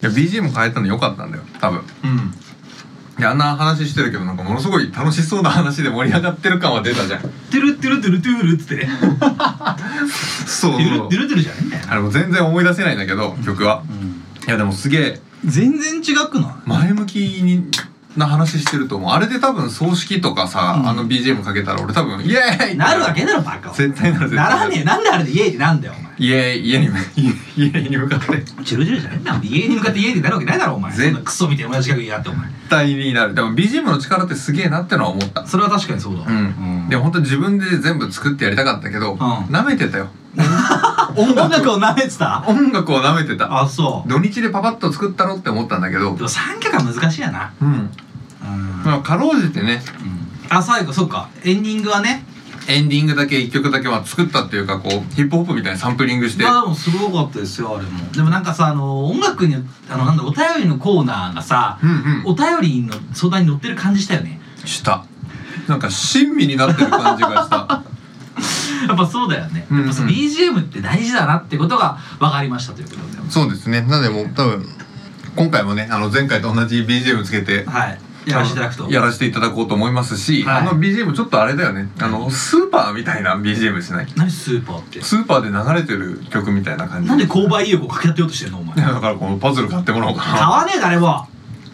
や BGM 変えたの良かったんだよ多分。いやあんな話してるけどなんかものすごい楽しそうな話で盛り上がってる感は出たじゃん。 トゥルトゥルトゥルトゥルっつってね。 そうトゥルトゥルトゥルじゃねえんだよ。 あれもう全然思い出せないんだけど曲は。いやでもすげえ全然違くない？ 前向きな話してると思う。あれで多分葬式とかさ、あの BGM かけたら俺多分イエーイなるわけだろバカ。 絶対なる。 ならねえ。なんであれでイエーイってなんだよお前。 家に向かってチュルチュルじゃねえんだよ。家に向かってイエーイってなるわけないだろお前。そんなクソみたいな親父近くにやってお前。 絶対になる。でも BGM の力ってすげえなってのは思った。 それは確かにそうだ。 でも本当に自分で全部作ってやりたかったけど舐めてたよ。 音楽を舐めてた？ 音楽を舐めてた。 あ、そう。 土日でパパッと作ったろって思ったんだけど。 でも3曲は難しいやな。 まあかろうじてね。 あ、最後そうか。エンディングはね。 エンディングだけ1曲だけは作ったっていうかこうヒップホップみたいにサンプリングして。 まあでもすごかったですよあれも。でもなんかさ音楽になんだお便りのコーナーがさ、お便りの相談に乗ってる感じしたよね。 した。なんか親身になってる感じがした。 やっぱそうだよね。やっぱその BGM って大事だなってことが分かりましたということで。 そうですね。なのでもう多分今回もね前回と同じ BGM つけて。 やらせていただくと。 やらせていただこうと思いますし、BGM ちょっとあれだよね。スーパーみたいな BGM しない？ 何スーパーって？スーパーで流れてる曲みたいな感じ。 なんで購買意欲をかけてようとしてんのお前。 いやだからこのパズル買ってもらおうかな。 買わねえ誰も。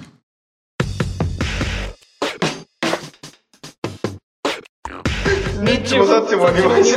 ニッチもサッチもありました。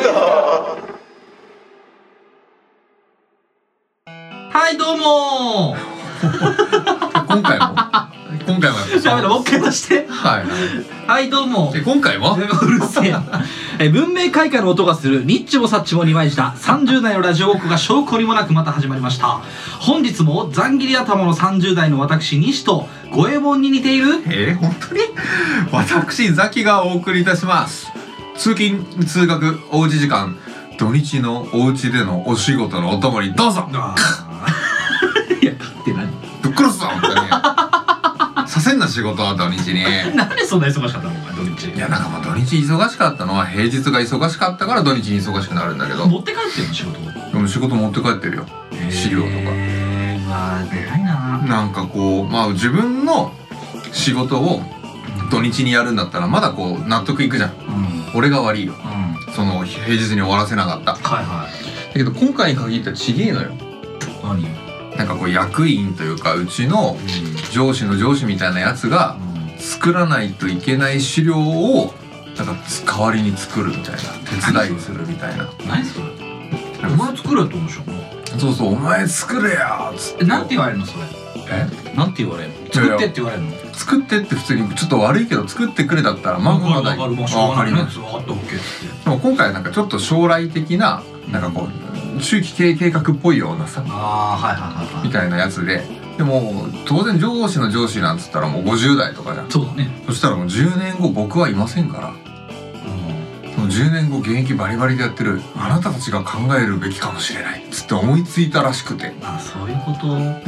はいどうも今回もダメだもう一回出してはいどうも今回もうるせえ文明開化の音がするニッチもサッチも二枚舌30代のラジオごっこが証拠にもなくまた始まりました。本日もざん切り頭の30代の私西と五右衛門に似ている本当に私ザキがお送りいたします。通勤通学おうち時間土日のお家でのお仕事のお供にどうぞ。 いや勝って何ぶっ殺すぞ本当にさせんな仕事は土日に。 なんでそんな忙しかったのお前土日。 いやなんかもう土日忙しかったのは平日が忙しかったから土日に忙しくなるんだけど。 持って帰ってるの仕事。 でも仕事持って帰ってるよ。資料とか。 うわー偉いな。 なんかこうまあ自分の仕事を土日にやるんだったらまだこう納得いくじゃん。俺が悪いよ。その平日に終わらせなかった。だけど今回に限ってはちげえのよ。 何？ なんかこう役員というかうちの上司の上司みたいなやつが作らないといけない資料をなんか代わりに作るみたいな手伝いするみたいな。 何それ？お前作れって思うでしょ。 そうそうお前作れやーっつって。 なんて言われるのそれ？なんて言われるの？作ってって言われるの？作ってって普通にちょっと悪いけど作ってくれだったらまあまだいい。わかります。でも今回なんかちょっと将来的ななんかこう中期経営計画っぽいようなさみたいなやつで。でも当然上司の上司なんつったらもう50代とかじゃん。 そうだね。 そしたらもう10年後僕はいませんから。その10年後現役バリバリでやってるあなたたちが考えるべきかもしれないっつって思いついたらしくて。 そういうこと。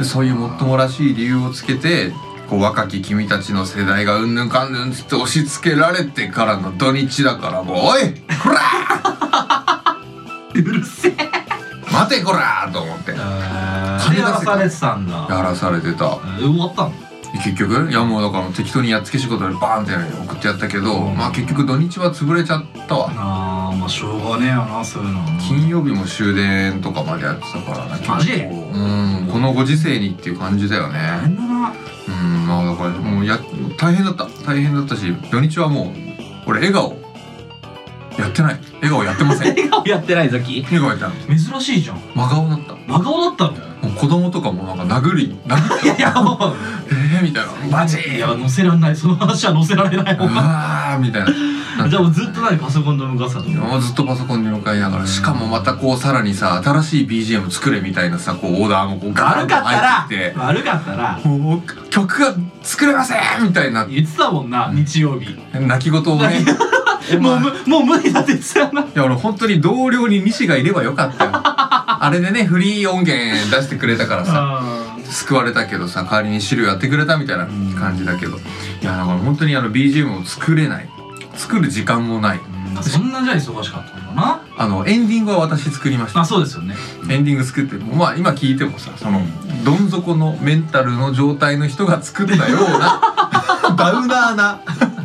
でそういうもっともらしい理由をつけてこう若き君たちの世代がうんぬんかんぬんつって押し付けられてからの土日だからもうおいこらうるせえ待てこらと思って。 やらされてたんだ。 やらされてた。 終わったの？ 結局いやもうだから適当にやっつけ仕事でバーンって送ってやったけど、まあ結局土日は潰れちゃったわ。 まあしょうがねえよなそういうの。 金曜日も終電とかまでやってたからな。 マジ？ このご時世にっていう感じだよね。大変だな。まあだからもう大変だったし土日はもう俺笑顔やってない。笑顔やってません。 笑顔やってないザキ。 笑顔やってない。 珍しいじゃん。 真顔だった。 真顔だったの？ もう子供とかもなんか殴っていやもうみたいなマジいや載せられない。その話は載せられない。 みたいな。 じゃあもうずっとパソコンで向かってたの？ ずっとパソコンで向かいながら、しかもまたこうさらにさ新しい BGM 作れみたいなさこうオーダーもこうガーッと入ってきて悪かったらもう曲が作れませんみたいな言ってたもんな。日曜日泣き言をねもう無理だって言ってたよな。いや俺本当に同僚に西がいればよかったよ。あれでねフリー音源出してくれたからさ救われたけどさ代わりに資料やってくれたみたいな感じだけど、いやだから本当にBGM を作れない、作る時間もない。 そんなじゃ忙しかったんだな。 エンディングは私作りました。 そうですよね。 エンディング作ってまあ今聞いてもさ、そのどん底のメンタルの状態の人が作ったようなダウナーな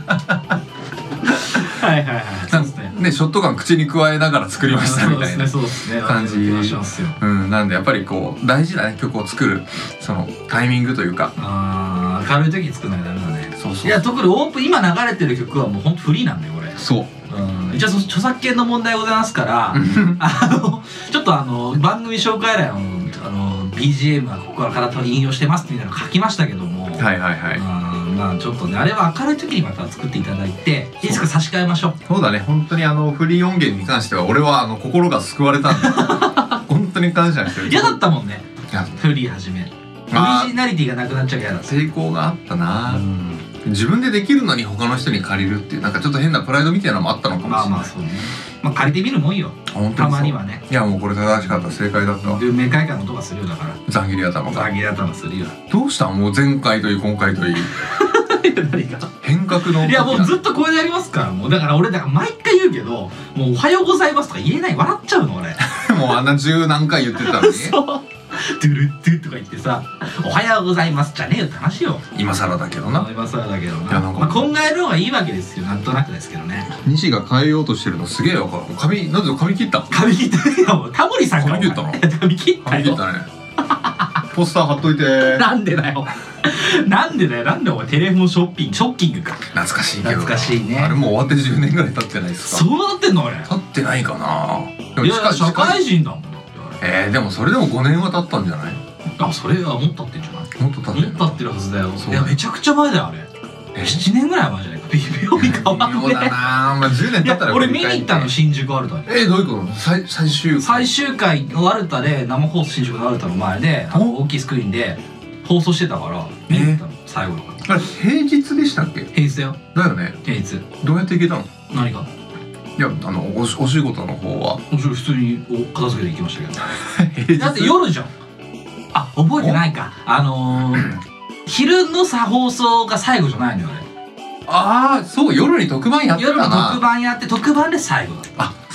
はいはいはい。 ね、ショットガン口に加えながら作りましたみたいな感じ。なんでやっぱりこう大事なね曲を作るそのタイミングというか。 明るい時に作らなきゃダメだね。いや特に今流れてる曲はもうほんとフリーなんだよ俺。 そう。 一応著作権の問題ございますからちょっと番組紹介欄のBGM はここから引用してますみたいなの書きましたけども、 はいはいはい、 まあちょっとねあれは明るい時にまた作っていただいていつか差し替えましょう。 そうだね、本当にフリー音源に関しては俺は心が救われたんで本当に感謝してる。 嫌だったもんねフリー始め、オリジナリティがなくなっちゃう嫌だった。 成功があったな。自分でできるのに他の人に借りるっていうなんかちょっと変なプライドみたいなのもあったのかもしれない。 まあそうね。まあ借りてみるもんよ。たまにはね。 いやもうこれ正しかった、正解だった。 文明会館の音がするよだから。 ざん切り頭が。 ざん切り頭するよ。 どうしたんもう前回といい今回といい。 何か。 変革の。 いやもうずっとこれでやりますからもうだから俺毎回言うけどもうおはようございますとか言えない笑っちゃうの俺。 もうあんな10何回言ってたのに。 そう。ドゥルッドゥとか言ってさ「おはようございます」じゃねえよって話よ。 今更だけどな。 今更だけどな。まあ考える方がいいわけですよ、なんとなくですけどね。 西が変えようとしてるのすげえよ。なぜ髪切ったの？ 髪切ったよ。タモリさんから髪切ったの？ 髪切ったよ。 髪切ったね。ポスター貼っといて。 なんでだよ。なんでお前テレフォンショッキングか。 懐かしいけど。 懐かしいね。 あれもう終わって10年ぐらい経ってないですか？ そうなってんのあれ。 経ってないかな。 いや社会人だもん。 でもそれでも5年は経ったんじゃない？ それはもっと経ってんじゃない？ もっと経ってる。 もっと経ってるはずだよ。いやめちゃくちゃ前だよあれ。7年ぐらい前じゃないか。微妙に変わんね。 微妙だな。まあ10年経ったら。 俺見に行ったの新宿アルタで。 どういうこと？最終回のアルタで生放送新宿のアルタの前で大きいスクリーンで放送してたから見に行ったの最後の。 あれ平日でしたっけ？ 平日だよ。 だよね。 平日。 どうやって行けたの？ 何が？ いやお仕事の方は普通に片付けて行きましたけど。だって夜じゃん。覚えてないか。昼の放送が最後じゃないのよあれ。 そう夜に特番やってたな。 夜特番やって特番で最後だった。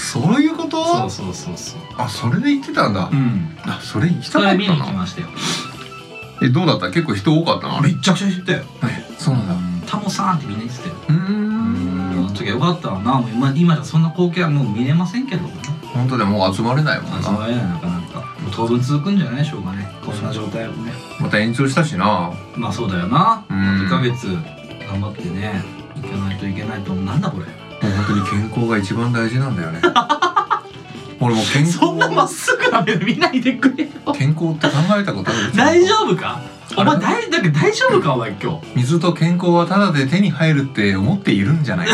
そういうこと？ そうそれで行ってたんだ。それ行きたかったな。 それ見に行きましたよ。 どうだった？結構人多かったな。 めっちゃくちゃ人いたよ。 そうなんだ。 タモさんってみんな言ってたよ。あの時はよかったな。今じゃそんな光景はもう見れませんけど。 本当でもう集まれないもんな。 集まれないなかなか。もう当分続くんじゃないでしょうかね。こんな状態をね。 また延長したしな。 まあそうだよな。2ヶ月頑張ってね。いかないといけないと思う。なんだこれ。もう本当に健康が一番大事なんだよね。俺も健康。 そんなまっすぐな目で見ないでくれよ。 健康って考えたことある？ 大丈夫か？お前大丈夫かお前今日。 水と健康はただで手に入るって思っているんじゃないか。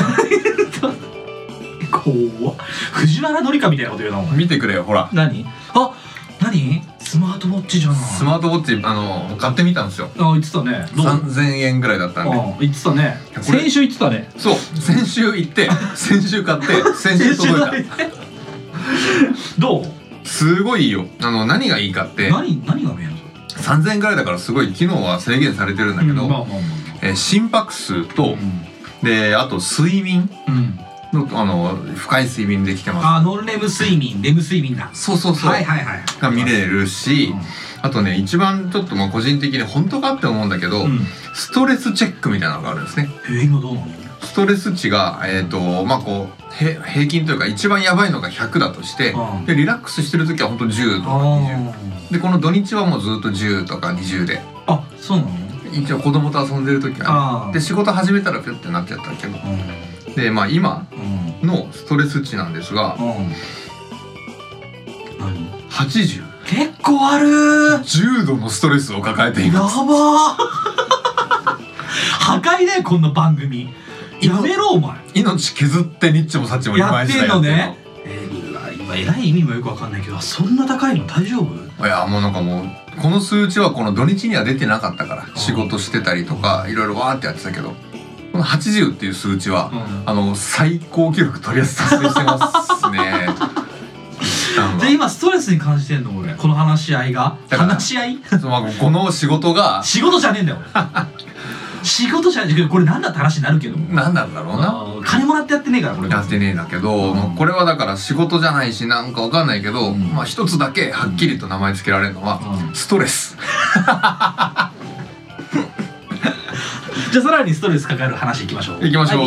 藤原紀香みたいなこと言うなお前。 見てくれよほら。 何スマートウォッチじゃない。 スマートウォッチ買ってみたんですよ。 言ってたね。 3000円ぐらいだったんで。 言ってたね。先週言ってたね。 そう先週行って先週買って先週届いた。 どう？ すごいいいよ。何がいいかって何が見えるの ？3000円ぐらいだからすごい機能は制限されてるんだけど、心拍数とであと睡眠の深い睡眠できてます。 ノンレム睡眠、レム睡眠だ。 そうが見れるし、あとね一番ちょっと個人的に本当かって思うんだけど、ストレスチェックみたいなのがあるんですね。 今どうなの？ ストレス値がこう平均というか一番やばいのが100だとしてでリラックスしてる時は本当10とか20でこの土日はもうずっと10とか20で。 そうなの？ 一応子供と遊んでる時はね。で仕事始めたらピュッてなっちゃったけどで今のストレス値なんですが80。 結構ある。 重度のストレスを抱えています。 やばー。破壊だよこんな番組。やめろお前。 命削ってニッチもサッチもやってんのね。今えらい意味もよくわかんないけどそんな高いの大丈夫？ いやもうなんかもうこの数値はこの土日には出てなかったから仕事してたりとかいろいろわーってやってたけどこの80っていう数値は最高記録とりあえず達成してますね。 じゃあ今ストレスに感じてんの俺この話し合いが。話し合い？ この仕事が仕事じゃねえんだよ。 仕事じゃないけど、これ何だって話になるけど。 何なんだろうな。 金もらってやってねえからこれ。 やってねえだけど、これはだから仕事じゃないしなんかわかんないけど、まあ一つだけはっきりと名前付けられるのはストレス。 じゃあさらにストレスかかる話いきましょう。 いきましょう。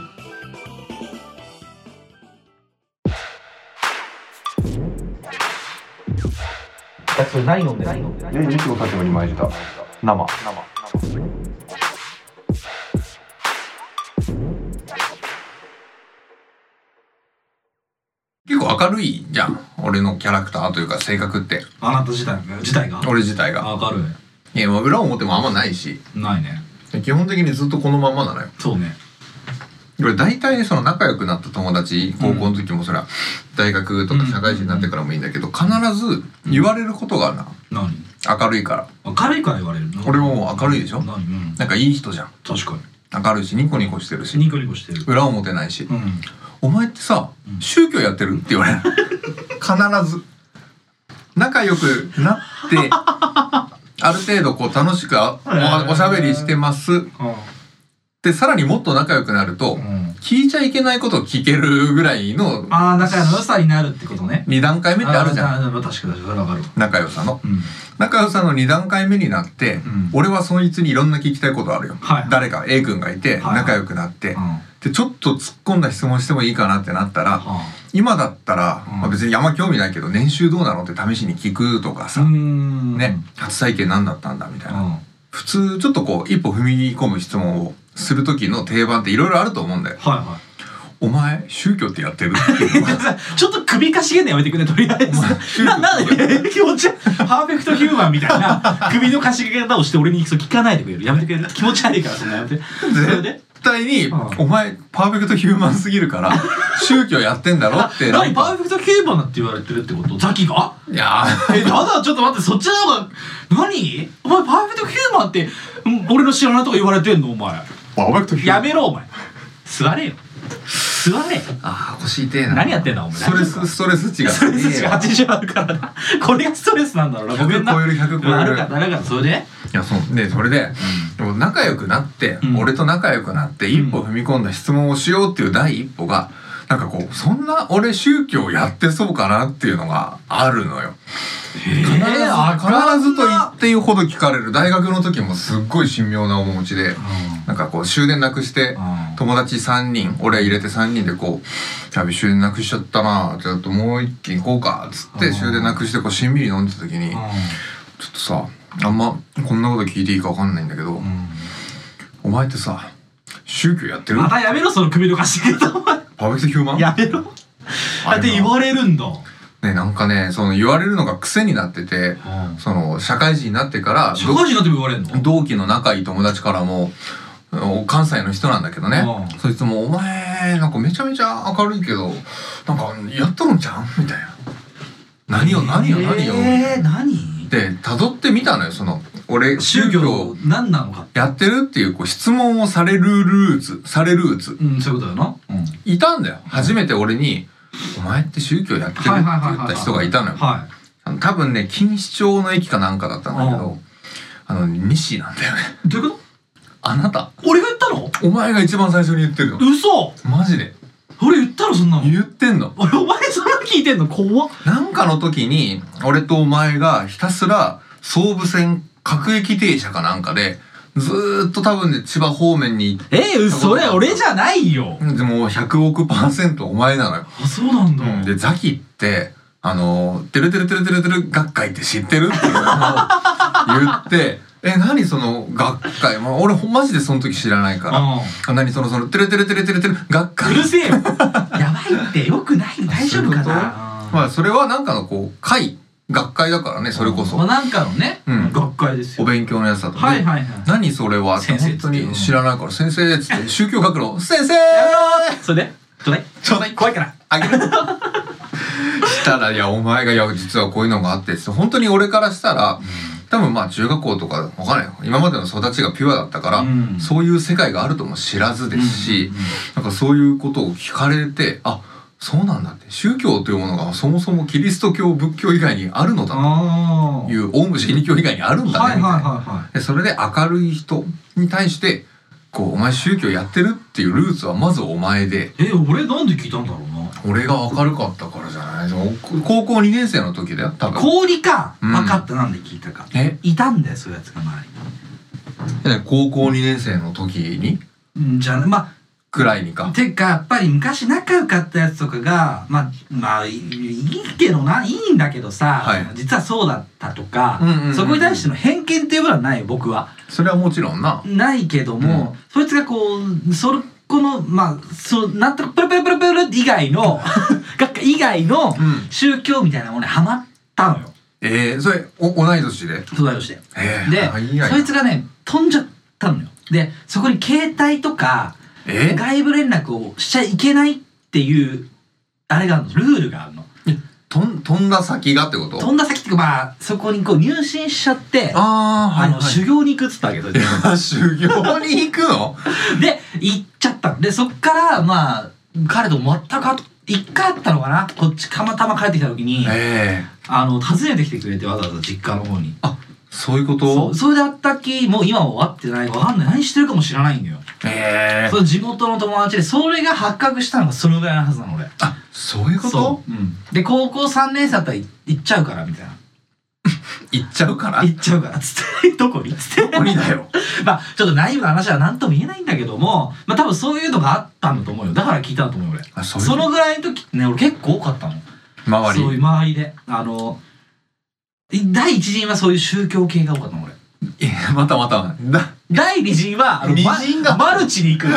それ何飲んでる？ 日露たちも二枚舌生。結構明るいじゃん、俺のキャラクターというか性格って。 あなた自体が？ 俺自体が明るい。 いや、裏表もあんまないし。 ないね。 基本的にずっとこのまんまなのよ。 そうね。 俺大体その仲良くなった友達、高校の時もそりゃ大学とか社会人になってからもいいんだけど、必ず言われることがあるな。 何？ 明るいから。 明るいから言われるの？ 俺も明るいでしょ。なんかいい人じゃん。 確かに。 明るいしニコニコしてるし。 ニコニコしてる。 裏表ないし。お前ってさ、宗教やってるって言われる。必ず。仲良くなって、ある程度こう楽しくおしゃべりしてます。で、さらにもっと仲良くなると、聞いちゃいけないことを聞けるぐらいの、 仲の良さになるってことね。 2段階目ってあるじゃん。 確かに分かる。 仲良さの。仲良さの2段階目になって、俺はそいつにいろんな聞きたいことあるよ。誰か A 君がいて、仲良くなって、で、ちょっと突っ込んだ質問してもいいかなってなったら、今だったら、別にあんま興味ないけど、年収どうなのって試しに聞くとかさ、ね、初体験何だったんだみたいな。普通、ちょっとこう、一歩踏み込む質問をする時の定番っていろいろあると思うんだよ。お前宗教ってやってるっていうのはちょっと首かしげんのやめてくれ、とりあえず。なんで気持ちパーフェクトヒューマンみたいな首のかしげ方をして俺に聞かないでくれる。やめてくれる。気持ち悪いからそんなやめて。 絶対にお前パーフェクトヒューマンすぎるから宗教やってんだろって。 何パーフェクトヒューマンだって言われてるってこと？ザキが？ いややだ、ちょっと待って、そっちの方が何？お前パーフェクトヒューマンって俺の知らないとこ言われてんの？お前パーフェクトヒューマンやめろお前。座れよ。座れ。 ああ、腰痛えな。 何やってんだお前。 ストレス値が。 ストレス値が80あるからな。これがストレスなんだろうな。ごめんな。 100超える100超える。 あるから、それで？ いや、そうね、それで、でも仲良くなって、俺と仲良くなって一歩踏み込んだ質問をしようっていう第一歩が、なんかこう、そんな俺宗教やってそうかなっていうのがあるのよ。必ずと言っていうほど聞かれる。大学の時もすっごい神妙な面持ちで、なんかこう終電なくして友達3人俺入れて3人でこう「やべ終電なくしちゃったな、ちょっともう一軒行こうか」っつって終電なくしてこうしんみり飲んでた時に「ちょっとさ、あんまこんなこと聞いていいか分かんないんだけど、お前ってさ宗教やってる？」 またやめろその首のかしげ方。 パーフェクトヒューマン？ やめろ。だって言われるんだ。 ね、なんかね、その言われるのが癖になってて、その社会人になってから社会人になっても言われるの？ 同期の仲いい友達からも関西の人なんだけどね、そいつも「お前なんかめちゃめちゃ明るいけどなんかやっとるんちゃう?」みたいな「何よ何?」で辿ってみたのよ。その俺宗教何なのかやってるっていうこう質問をされるルーツそういうことだよな。 いたんだよ。初めて俺に「お前って宗教やってる?」って言った人がいたのよ。多分ね錦糸町の駅かなんかだったんだけど、西なんだよね。 どういうこと？ あなた。 俺が言ったの？ お前が一番最初に言ってるの。 嘘。 マジで。 俺言ったのそんなの？ 言ってんの。 お前そんな聞いてんの？怖っ。 なんかの時に俺とお前がひたすら総武線各駅停車かなんかでずーっと多分ね千葉方面に行って。 それ俺じゃないよ。 でも100億%お前なのよ。 あ、そうなんだ。 でザキっててるてるてるてるてる学会って知ってるっていうのを言って何その学会、俺マジでその時知らないから何そのてるてるてるてるてる学会。 うるせえよ。やばいってよくない。大丈夫かな。 まあそれはなんかのこう会学会だからね、それこそなんかのね学会ですよ。 お勉強のやつだとね。何それはって本当に知らないから先生っつって宗教学の先生それでちょうだい怖いからあげるしたら「いやお前がいや実はこういうのがあって」って本当に俺からしたら多分まあ中学校とかわかんないよ、今までの育ちがピュアだったから、そういう世界があるとも知らずですし、なんかそういうことを聞かれて、あ、 そうなんだって、宗教というものがそもそもキリスト教仏教以外にあるのだという、オウム真理教以外にあるんだねみたいな。でそれで明るい人に対してこうお前宗教やってるっていうルーツはまずお前で。 俺なんで聞いたんだろうな。 俺が明るかったからじゃない。高校2年生の時だよ多分。 氷か、分かった。なんで聞いたか。いたんだよそういうやつが周りに。高校2年生の時にじゃあまあくらいにか。 てかやっぱり昔仲良かったやつとかがまあいいけどいいんだけどさ、実はそうだったとか、そこに対しての偏見っていうのはないよ僕は。 それはもちろんないけども、そいつがこうこのなんとかプルプルプルプル以外の以外の宗教みたいなものにハマったのよ。 それ同い年で。 同い年で。でそいつがね飛んじゃったのよ。でそこに携帯とか外部連絡をしちゃいけないっていうあれがあるの、ルールがあるの。 飛んだ先がってこと？ 飛んだ先っていうかまあそこにこう入信しちゃって修行に行くっつったわけど。 修行に行くの？ で行っちゃったの。でそっからまあ彼と全く一回あったのかな、こっちたまたま帰ってきた時に訪ねてきてくれて、わざわざ実家の方に。 あ、そういうこと？ それで会ったっきもう今は会ってないか分かんない、何してるかも知らないんだよ。その地元の友達でそれが発覚したのがそのぐらいのはずなの俺。 あ、そういうこと？ で高校3年生だったら行っちゃうからみたいな。 行っちゃうからつってどこにつってどこにだよ。 まあちょっとナイーブな話は何とも言えないんだけども、まあ多分そういうのがあったんだと思うよ。だから聞いたんだと思うよ俺。そのぐらいの時ってね俺結構多かったの。 周り。 そういう周りで第一陣はそういう宗教系が多かったの俺。 また第二陣はマルチに行く。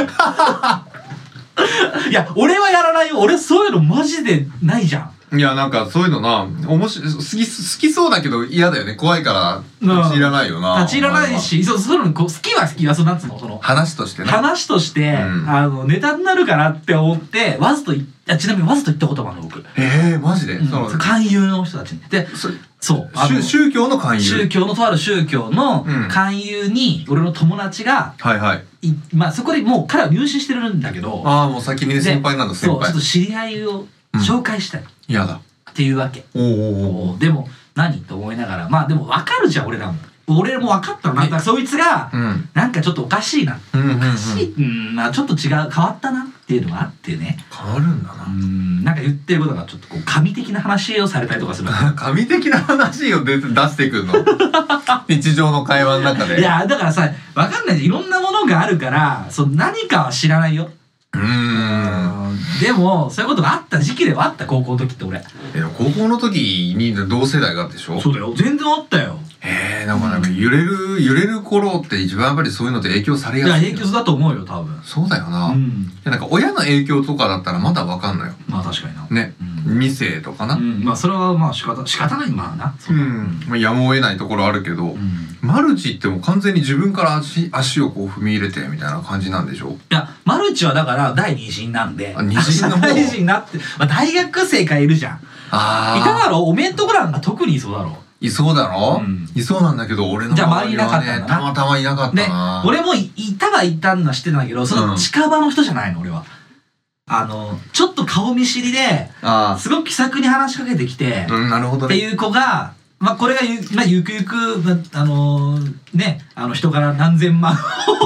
いや俺はやらないよ。俺そういうのマジでないじゃん。 いやなんかそういうの好きそうだけど嫌だよね。怖いから立ち入らないよな。 立ち入らないし、そういうの好きはなんつうの、その話としてね。 話としてネタになるかなって思ってちなみにわざと言ったこともあるの僕。 マジで？ 勧誘の人たちに。でそう宗教の勧誘。 とある宗教の勧誘に俺の友達がまあそこでもう彼は入信してるんだけど。 もう先に先輩なんだ。 そうちょっと知り合いを紹介したい。 嫌だっていうわけ。でも何と思いながら、まあでも分かるじゃん俺らも。俺も分かったの。なんかそいつがなんかちょっとおかしいな、ちょっと変わったなっていうのがあってね。 変わるんだな。 なんか言ってることがちょっとこう神的な話をされたりとかする。 神的な話を出してくるの？日常の会話の中で。 いやだからさ分かんない。いろんなものがあるから何かは知らないよ。でもそういうことがあった時期ではあった。高校の時って俺。 高校の時に同世代がでしょ？ そうだよ。全然あったよ。 なんか揺れる頃って一番やっぱりそういうのって影響されやすい。 影響だと思うよ多分。 そうだよな。なんか親の影響とかだったらまだわかんのよ。 まあ確かにな。 ね。2世とかな。 まあそれはまあ仕方ない。まあな。 やむを得ないところあるけど、マルチってもう完全に自分から足をこう踏み入れてみたいな感じなんでしょ？いやマルチはだから第二陣なんで。 二陣の方。 第二陣になって大学生がいるじゃん。いただろう。おめんとこらんが特にいそうだろう。 いそうだろ？いそうなんだけど俺の周りはねたまたまいなかったな。 俺もいたんだ知ってたんだけど、その近場の人じゃないの俺は。ちょっと顔見知りですごく気さくに話しかけてきてっていう子が、まあこれがゆくゆくね人から何千万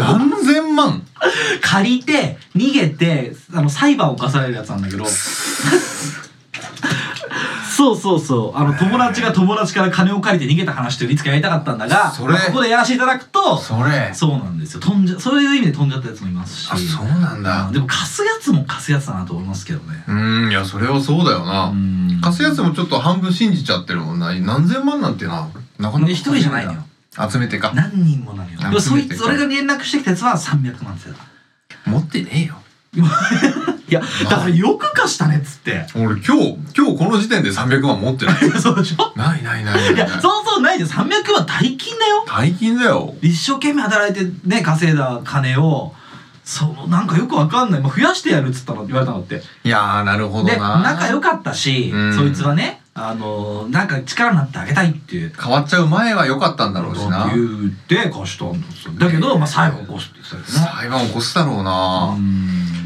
借りて逃げて裁判を犯されるやつなんだけど。そう友達が友達から金を借りて逃げた話っていういつかやりたかったんだが、ここでやらせていただくとそうなんですよ。そういう意味で飛んじゃったやつもいますし。 そうなんだ。 でも貸すやつも貸すやつだなと思いますけどね。 いやそれはそうだよな。貸すやつもちょっと半分信じちゃってるもんな。何千万なんてなかなか一人じゃないのよ。 集めてか何人もなのよ。でもそれが連絡してきたやつは300万って言ってた。持ってねえよ。 いやだからよく貸したねっつって。 俺今日この時点で300万持ってない。 そうでしょ。 ない。いやそうないで300万大金だよ。 大金だよ。 一生懸命働いてね稼いだ金をなんかよくわかんない、増やしてやるっつったの言われたのって。 いやーなるほどな。 で仲良かったし、そいつはねなんか力になってあげたいっていう。 変わっちゃう前は良かったんだろうしな。 言って貸したんですよ。だけど裁判起こすって言ってたけどね。 裁判起こすだろうな。でも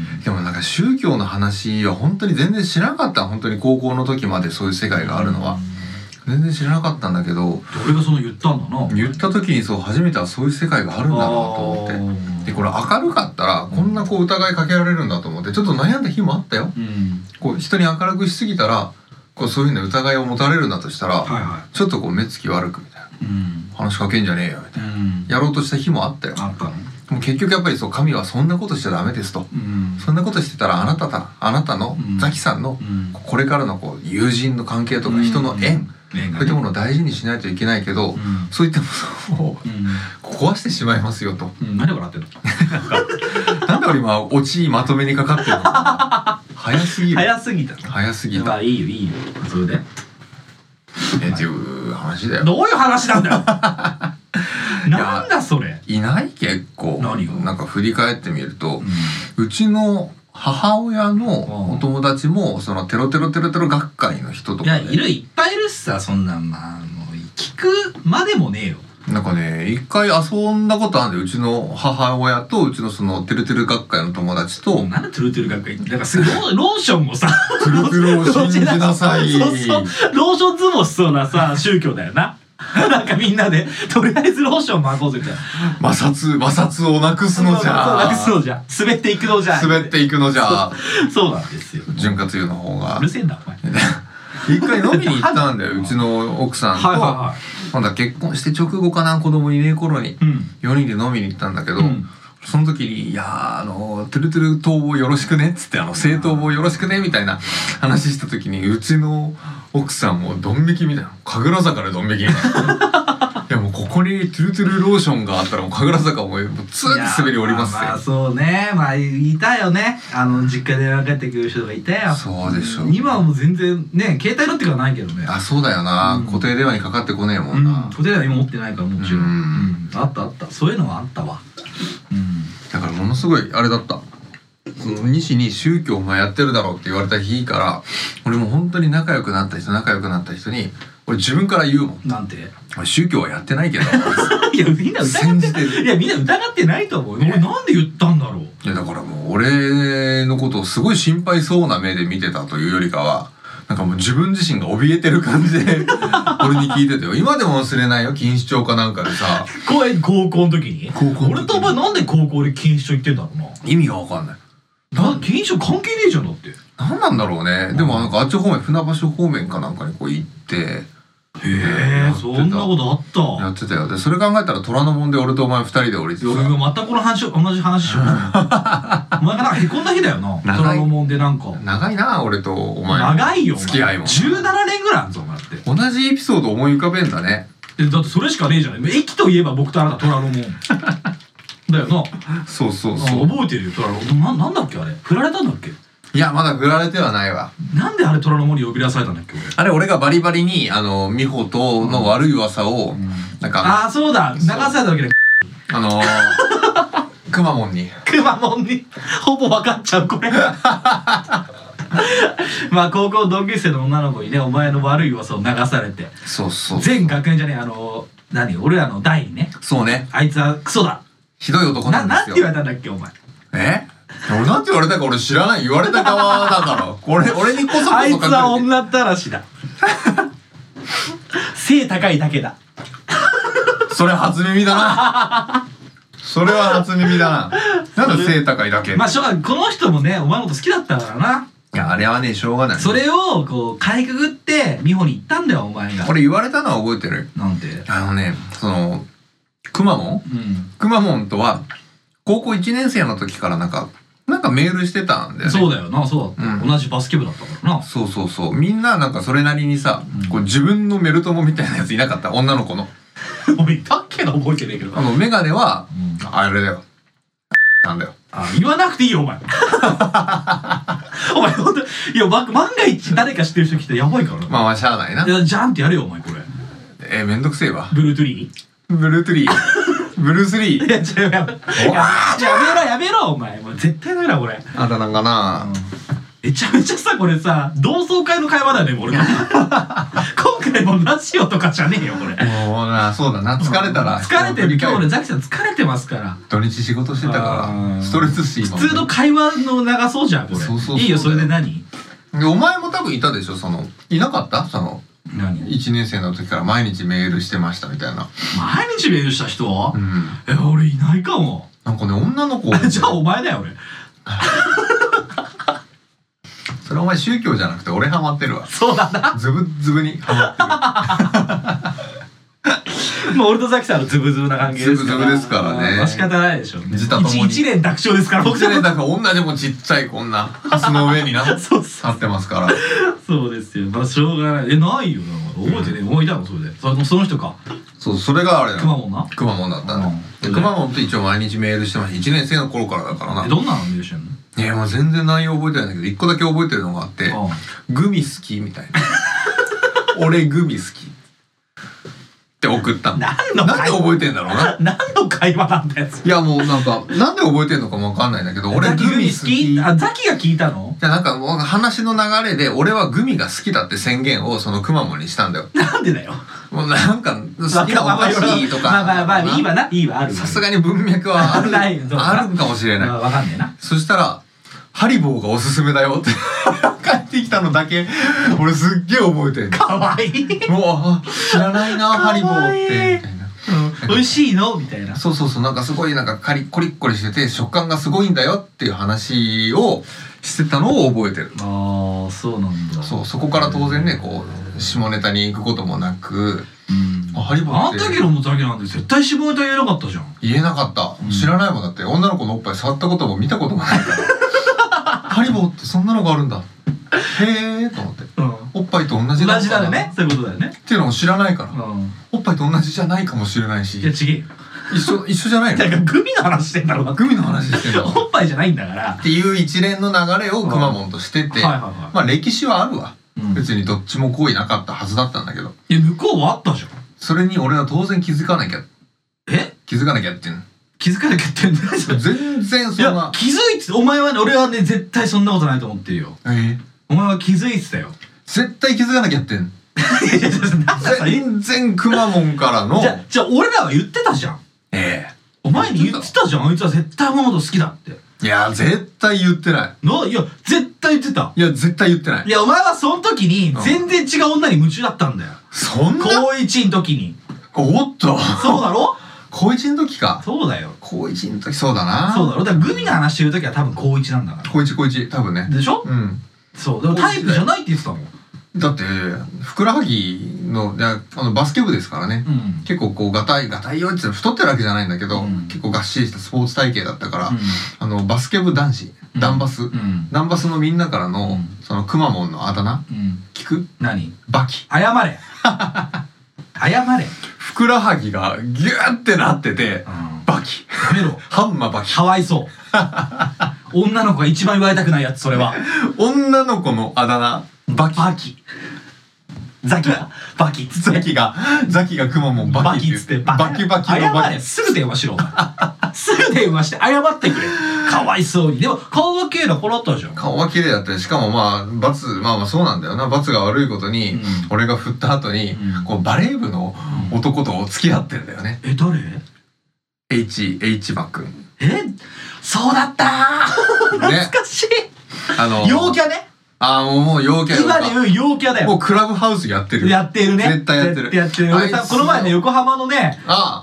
なんか宗教の話は本当に全然知らなかった。本当に高校の時までそういう世界があるのは全然知らなかったんだけど、 俺がその言ったんだな。 言った時にそう初めてはそういう世界があるんだなと思って、でこれ明るかったらこんなこう疑いかけられるんだと思ってちょっと悩んだ日もあったよ。こう人に明るくしすぎたらこうそういうの疑いを持たれるんだとしたら、ちょっとこう目つき悪くみたいな、話しかけんじゃねえよみたいな、やろうとした日もあったよ。 あったの。 でも結局やっぱりそう神はそんなことしちゃダメですと、そんなことしてたらあなたのザキさんのこれからのこう友人の関係とか人の縁、そういったものを大事にしないといけないけど、そういったものを壊してしまいますよと。 何笑ってんの？ なんで俺今オチまとめにかかってるの？早すぎる。 早すぎた。 早すぎた。 いいよいいよ。それで？ っていう話だよ。 どういう話なんだよ。なんだそれ。 いない結構。 何が？ なんか振り返ってみると、うちの母親のお友達もそのテロ学会の人とか、ね、 いっぱいいるしさ、そんなんまあもう聞くまでもねえよ。 なんかね一回遊んだことあるんだよ。うちの母親とうちのそのテル学会の友達と。 なんでテル学会ってなんかすごいローションをさテルを信じなさい。 そうローション相撲しそうなさ宗教だよな。なんかみんなでとりあえずローション巻こうぜみたいな。摩擦をなくすのじゃ。 なくすのじゃ。滑っていくのじゃ。 滑っていくのじゃ。 そうなんですよ。 潤滑油の方が。 うるせえんだお前。 一回飲みに行ったんだよ。うちの奥さんと。まだ結婚して直後かな、子供いねえ頃に4人で飲みに行ったんだけど、その時に「いやトゥルトゥル逃亡よろしくね」っつって正逃亡よろしくねみたいな話した時にうちの奥さんもドン引きみたいな、神楽坂でドン引きみたいな。いやもうここにトゥルトゥルローションがあったらもう神楽坂もツーって滑り降りますよ。 まあそうね、まあいたよね、実家で帰ってくる人がいたよ。 そうでしょ。 今はもう全然ね携帯のっていうかないけどね。 あ、そうだよな、固定電話にかかってこねえもんな。 固定電話今持ってないからもちろん。あったそういうのはあったわ。 だからものすごいあれだった。その西に宗教もやってるだろうって言われた日から俺も本当に仲良くなった人に俺自分から言うもん。 なんて？ 俺宗教はやってないけど。 いやみんな疑ってる。いやみんな疑ってないと思う。俺なんで言ったんだろう。 いやだからもう俺のことをすごい心配そうな目で見てたというよりかはなんかもう自分自身が怯えてる感じで俺に聞いてたよ。今でも忘れないよ、錦糸町かなんかでさ。 高校の時に？俺とお前なんで高校で錦糸町行ってんだろうな。意味がわかんない。 錦糸町関係ねえじゃんだって。 なんなんだろうね。でもなんかあっち方面船橋方面かなんかにこう行って。 へえ、そんなことあった。 やってたよ。でそれ考えたら虎ノ門で俺とお前2人で降りてさ。 俺がまたこの話同じ話しよう。お前がなんかへこんだ日だよな。虎ノ門でなんか。 長いな俺とお前。 長いよ。 付き合いも。 17年ぐらいあるぞお前って。 同じエピソード思い浮かべんだね。 だってそれしかねえじゃん。駅といえば僕とあなた虎ノ門。だよな。 そう覚えてるよ虎ノ門。なんだっけあれ。振られたんだっけ。 いやまだ振られてはないわ。 なんであれ虎ノ門に呼び出されたんだっけ俺。 俺がバリバリに美穂との悪い噂をなんか。 あそうだ流されたわけで。 くまモンにほぼ分かっちゃうこれ。まあ高校同級生の女の子にねお前の悪い噂を流されて。 そう全学年じゃねえ俺らの代にね。 そうね。 あいつはクソだ。 ひどい男なんですよ。 なんて言われたんだっけお前。 俺なんて言われたか俺知らない。言われた側だから俺にこそあいつは女ったらしだ。背高いだけだ。 それ初耳だな。それは初耳だな。なんで背高いだけ。 まあしょうがない。この人もねお前のこと好きだったからな。 いやあれはねしょうがない。 それをこうかいくぐって美穂に行ったんだよお前が。 俺言われたのは覚えてる。 なんて。 くまモンとは高校1年生の時からなんかメールしてたんだよね。 そうだよな、そうだった。同じバスケ部だったからな。 そうみんななんかそれなりにさこう自分のメル友みたいなやついなかった？女の子の。 俺いたっけな覚えてねえけど。 メガネはあれだよなんだよ。 言わなくていいよお前。お前ほんといや万が一誰か知ってる人来てやばいからな。 まあしゃあないな。 ジャンってやるよお前これ。 めんどくせえわ。 ブルートリーブルースリー。 いややめろお前。絶対ダメだこれ。 あだなんかな。 めちゃめちゃさこれさ同窓会の会話だよね俺。今回もラジオとかじゃねえよこれ。 もうな、そうだな、疲れたら疲れてる。今日俺ザキさん疲れてますから。 土日仕事してたからストレスし、 普通の会話の長そうじゃんこれ。 そうそう。 いいよ。それで何？ お前も多分いたでしょ、いなかった？ 何 ？1年生の時から毎日メールしてましたみたいな。 毎日メールした人？俺いないかも。 なんかね、女の子じゃあお前だよ俺。 それお前宗教じゃなくて俺ハマってるわ。 そうだな。 ズブズブにハマってる。 もう俺とザキさんのズブズブな関係ですから。 ズブズブですからね。 仕方ないでしょ。 自他ともに一連卓上ですから。 僕ね、だから女でもちっちゃいこんなハスの上にな立ってますから。 そうですよ。まあしょうがない。ないよ。覚えてね。思い出たのそれで。その人か。 そう、それがあれだ。 くまモンな。 くまモンだったね。くまモンと一応毎日メールしてました。1年生の頃からだからな。 どんなのメールしてんの？ いや、もう全然内容覚えてないんだけど、一個だけ覚えてるのがあって、グミ好きみたいな。俺グミ好きって送ったの。なんで覚えてんだろうな。 何の会話なんだよ。 いや、もうなんか、なんで覚えてんのかもわかんないんだけど、俺グミ好き。 あ、ザキが聞いたの？ いや、なんかもう話の流れで、俺はグミが好きだって宣言をそのくまモンにしたんだよ。 なんでだよ。 もうなんか、好きなお菓子とか。 まあ、いいわな、いいわ、ある。 さすがに文脈はあるかもしれない。 わかんねえな。 そしたら、ハリボーがおすすめだよって帰ってきたのだけ俺すっげえ覚えてる。 かわいい。 もう知らないなハリボーってみたいな。 美味しいのみたいな。 そうそうそう、なんかすごいなんかコリッコリしてて食感がすごいんだよっていう話をしてたのを覚えてる。 ああ、そうなんだ。 そう、そこから当然ねこう下ネタに行くこともなく、 ハリボーって。あんたけどもだけなんで絶対下ネタ言えなかったじゃん。 言えなかった。知らないもんだって女の子のおっぱい触ったことも見たこともないから。ハリボーってそんなのがあるんだ。へえと思って。おっぱいと同じ同じだよね。そういうことだよね。 っていうのも知らないから。おっぱいと同じじゃないかもしれないし。 いや違え。 一緒じゃないの。 だからグミの話してんだろうな。 グミの話してんだ。 おっぱいじゃないんだから。 っていう一連の流れをくまモンとしてて、まあ歴史はあるわ。別にどっちも行為なかったはずだったんだけど。 いや向こうはあったじゃん。 それに俺は当然気づかなきゃ。気づかなきゃっていうの。 気づかなきゃってんだよ。 全然そんな。 気づいて、お前はね、俺はね、絶対そんなことないと思ってるよ。お前は気づいてたよ。 絶対気づかなきゃってん。全然くまモンからの。 じゃあ俺らは言ってたじゃん。お前に言ってたじゃん。あいつは絶対お前のこと好きだって。 いや、絶対言ってない。 いや、絶対言ってた。 いや、絶対言ってない。 いや、お前はその時に全然違う女に夢中だったんだよ。 そんな高1の時に。 おっと。 そうだろ？ 高1の時か。 そうだよ。 高1の時、そうだな。 そうだろ。だからグミの話してる時は多分高1なんだから。 高1、多分ね。 でしょ？そう。でもタイプじゃないって言ってたもん。 だってふくらはぎのバスケ部ですからね、結構こうがたいよって太ってるわけじゃないんだけど、結構がっしりしたスポーツ体型だったから、バスケ部男子ダンバスのみんなからのそのくまモンのあだ名聞く？ 何？ バキ。 謝れ。謝れ。 ふくらはぎがギューってなっててバキ。 やめろ。 ハンマバキ。 かわいそう。女の子が一番言われたくないやつ、それは。 女の子のあだ名バキ。 ザキがバキっつって。 ザキがくまモンバキっつって。バキバキのバキ。 すぐ電話しろ。すぐ電話して謝ってくれ。かわいそうに。でも顔は綺麗な子だったじゃん。 顔は綺麗だったしかもまあそうなんだよな。罰が悪いことに俺が振った後にこうバレー部の男と付き合ってんだよね。 誰 ？H バくん。 そうだったー。懐かしい。陽キャね。 もう陽キャ。 今で言う陽キャだよ。 もうクラブハウスやってる。 やってるね。 絶対やってる。 俺さ、この前ね、横浜のね。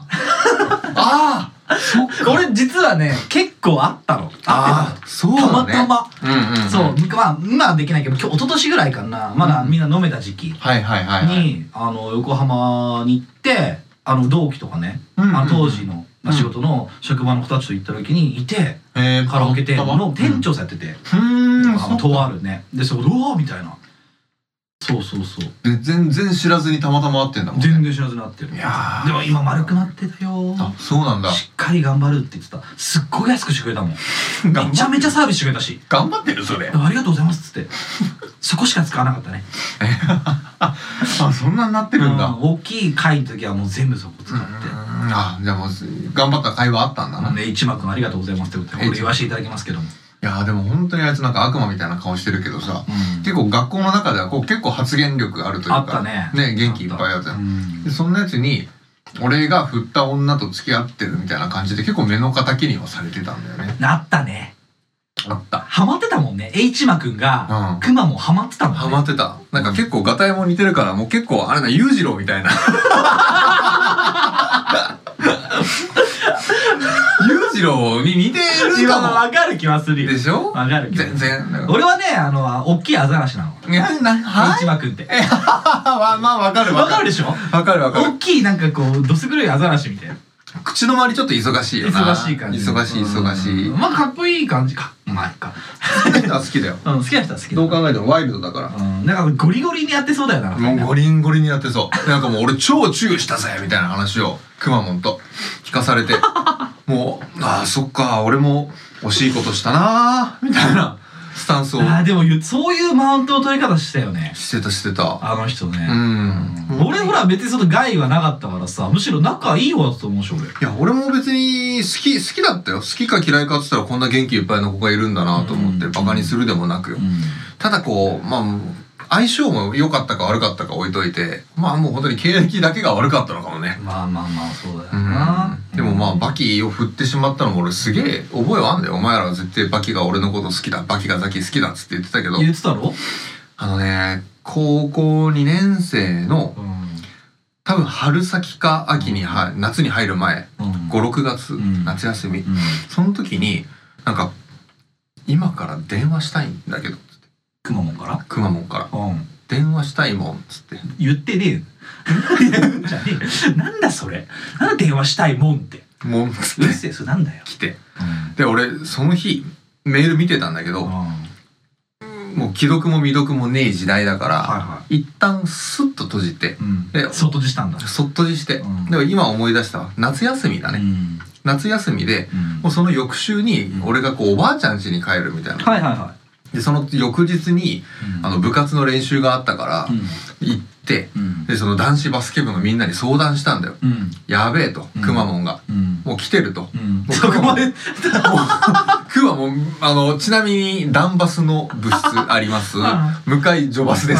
俺実はね、結構あったの。 そうだね。 たまたま。そう。まあ、今はできないけど、一昨年ぐらいかな。まだみんな飲めた時期に、横浜に行って、同期とかね、当時の仕事の職場の子たちと行った時にいて、カラオケ店の店長さんやってて、とあるね。で、そこで、うわーみたいな。そう。 で、全然知らずにたまたま会ってんだもんね。 全然知らずに会ってる。でも今丸くなってたよ。 そうなんだ。 しっかり頑張るって言ってた。すっごい安くしてくれたもん。めちゃめちゃサービスしてくれたし。 頑張ってるそれ。 ありがとうございますっつって。そこしか使わなかったね。 そんなになってるんだ。 大きい会の時はもう全部そこ使って。 じゃあもう頑張った会話あったんだな。 一幕ありがとうございますってことで俺言わせていただきますけども。 いやでも本当にあいつなんか悪魔みたいな顔してるけどさ、結構学校の中ではこう結構発言力があるというか、 あったね元気いっぱいあったよ。でそんなやつに俺が振った女と付き合ってるみたいな感じで結構目の敵にはされてたんだよね。 あったね。 あった。 ハマってたもんね。H マくんがクマもハマってたもんね。 ハマってた。なんか結構ガタイも似てるからもう結構あれな裕次郎みたいな。裕次郎に似てるかも。 わかる気はするよ。 でしょ？ わかる気はする。 全然。 俺はね、大きいアザラシなの。H マくんって。 まあわかるわかるでしょ？ わかる。 大きいなんかこうどす黒いアザラシみたいな。 口の周りちょっと忙しいよな。 忙しい感じ。 忙しい。 まあかっこいい感じか。まあいいか。 好きな人は好きだよ。 好きな人は好きだ。 どう考えてもワイルドだから。 なんかゴリゴリにやってそうだよな。 もうゴリンゴリにやってそう。なんかもう俺超チューしたぜみたいな話をくまモンと聞かされて、もうそっか俺も惜しいことしたなみたいなスタンスを。 でもそういうマウントの取り方したよね。 してた。 あの人ね。俺ほら別にその害はなかったからさ、むしろ仲いい方だったと思うし俺。いや俺も別に好きだったよ。好きか嫌いかって言ったらこんな元気いっぱいの子がいるんだなと思ってバカにするでもなく、ただこうまあ相性も良かったか悪かったか置いといて、まあもう本当に経歴だけが悪かったのかもね。 まあそうだよな。 でもまあバキを振ってしまったのも俺すげえ覚えはあんだよ。お前らは絶対バキが俺のこと好きだ、バキがザキ好きだっつって言ってたけど。 言ってたろ？ 高校2年生の多分春先か秋に夏に入る前、5、6月夏休み、その時になんか今から電話したいんだけど。 くまモンから電話したいもんっつって言ってねえじゃねえ。なんだそれ。なんで電話したいもんってもんっつってうっせえ、それなんだよ。 来て、で俺その日メール見てたんだけど、もう既読も未読もねえ時代だから一旦スッと閉じて、 でそっと閉じたんだ。 そっと閉じして、でも今思い出したわ。夏休みだね。夏休みでもうその翌週に俺がこうおばあちゃん家に帰るみたいな。でその翌日に部活の練習があったから行って、でその男子バスケ部のみんなに相談したんだよ。やべえと、くまモンがもう来てると。 そこまでくまモンちなみにダンバスの部室あります向かいジョバスです。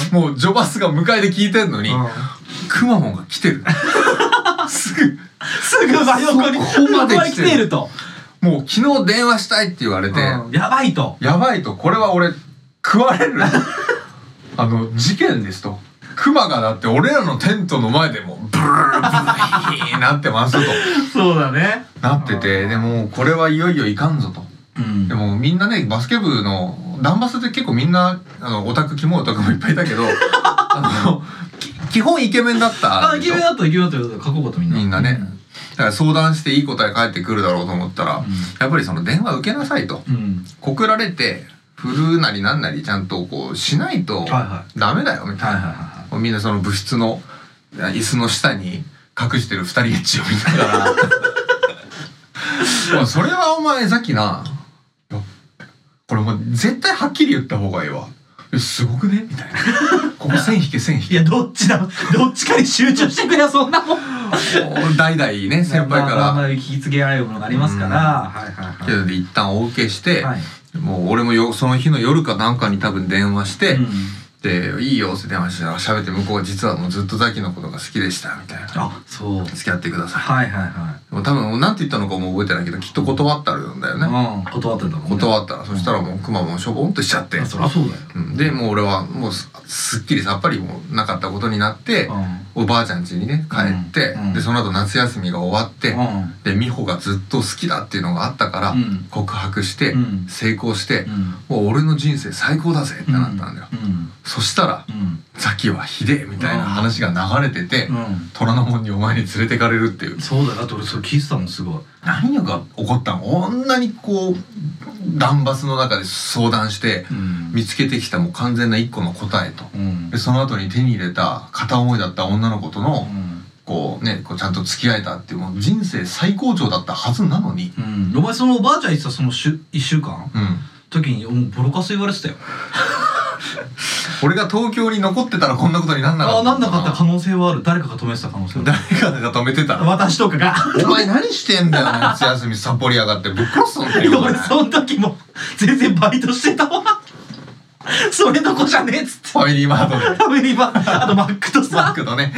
もうジョバスが向かいで聞いてんのにくまモンが来てる。すぐ真横にここまで来てると。 もう昨日電話したいって言われて、 やばいとこれは俺食われる事件ですと。クマがだって俺らのテントの前でもブルーブーなってますと。 そうだね。 なってて、でもこれはいよいよいかんぞと。でもみんなねバスケ部のダンバスで結構みんなオタクキモオタクもいっぱいいたけど基本イケメンだった。 イケメンだったかっこよかったみんなね。だから相談していい答え返ってくるだろうと思ったら、やっぱりその電話受けなさいと、告られて振るなりなんなりちゃんとこうしないとダメだよみたいな。みんなその部室の椅子の下に隠してる2人エッチを見ながらそれはお前さっきな、これもう絶対はっきり言った方がいいわ。すごくねみたいな。ここ線引け。いやどっちかに集中してくれよそんなもん。 代々ね先輩から引き継げられるものがありますから。 で一旦お受けして、もう俺もその日の夜かなんかに多分電話して、でいいよって電話して喋って向こうは実はもうずっとザキのことが好きでしたみたいな。付き合ってください。もう多分何て言ったのかも覚えてないけどきっと断ったんだよね。 断ってた。 断ったらそしたらもうクマもしょぼんとしちゃって。 そりゃそうだよ。 でもう俺はもうすっきりさっぱりもなかったことになって、おばあちゃん家にね帰って、でその後夏休みが終わって、で美穂がずっと好きだっていうのがあったから告白して成功して、もう俺の人生最高だぜってなったんだよ。そしたらザキはひでえみたいな話が流れてて、虎ノ門にお前に連れてかれるっていう。 そうだよ。だって俺それ聞いてたもん。すごい何が起こったの。こんなにこうダンバスの中で相談して見つけてきたもう完全な一個の答えと、でその後に手に入れた片思いだった女の子とのこうねこうちゃんと付き合えたっていうもう人生最高潮だったはずなのに、 お前そのおばあちゃん言ってたその1週間時にボロカス言われてたよ。 俺が東京に残ってたらこんなことになんなかった。 なんなかった可能性はある。誰かが止めてた可能性はある。 誰かが止めてたら。 私とかが。 お前何してんだよ、夏休みサボりやがって。ぶっ殺すのって言う。 俺その時も全然バイトしてたわ。それどこじゃねえっつって。 ファミリーマートで。 ファミリーマート、あとマックとさ。 マックとね。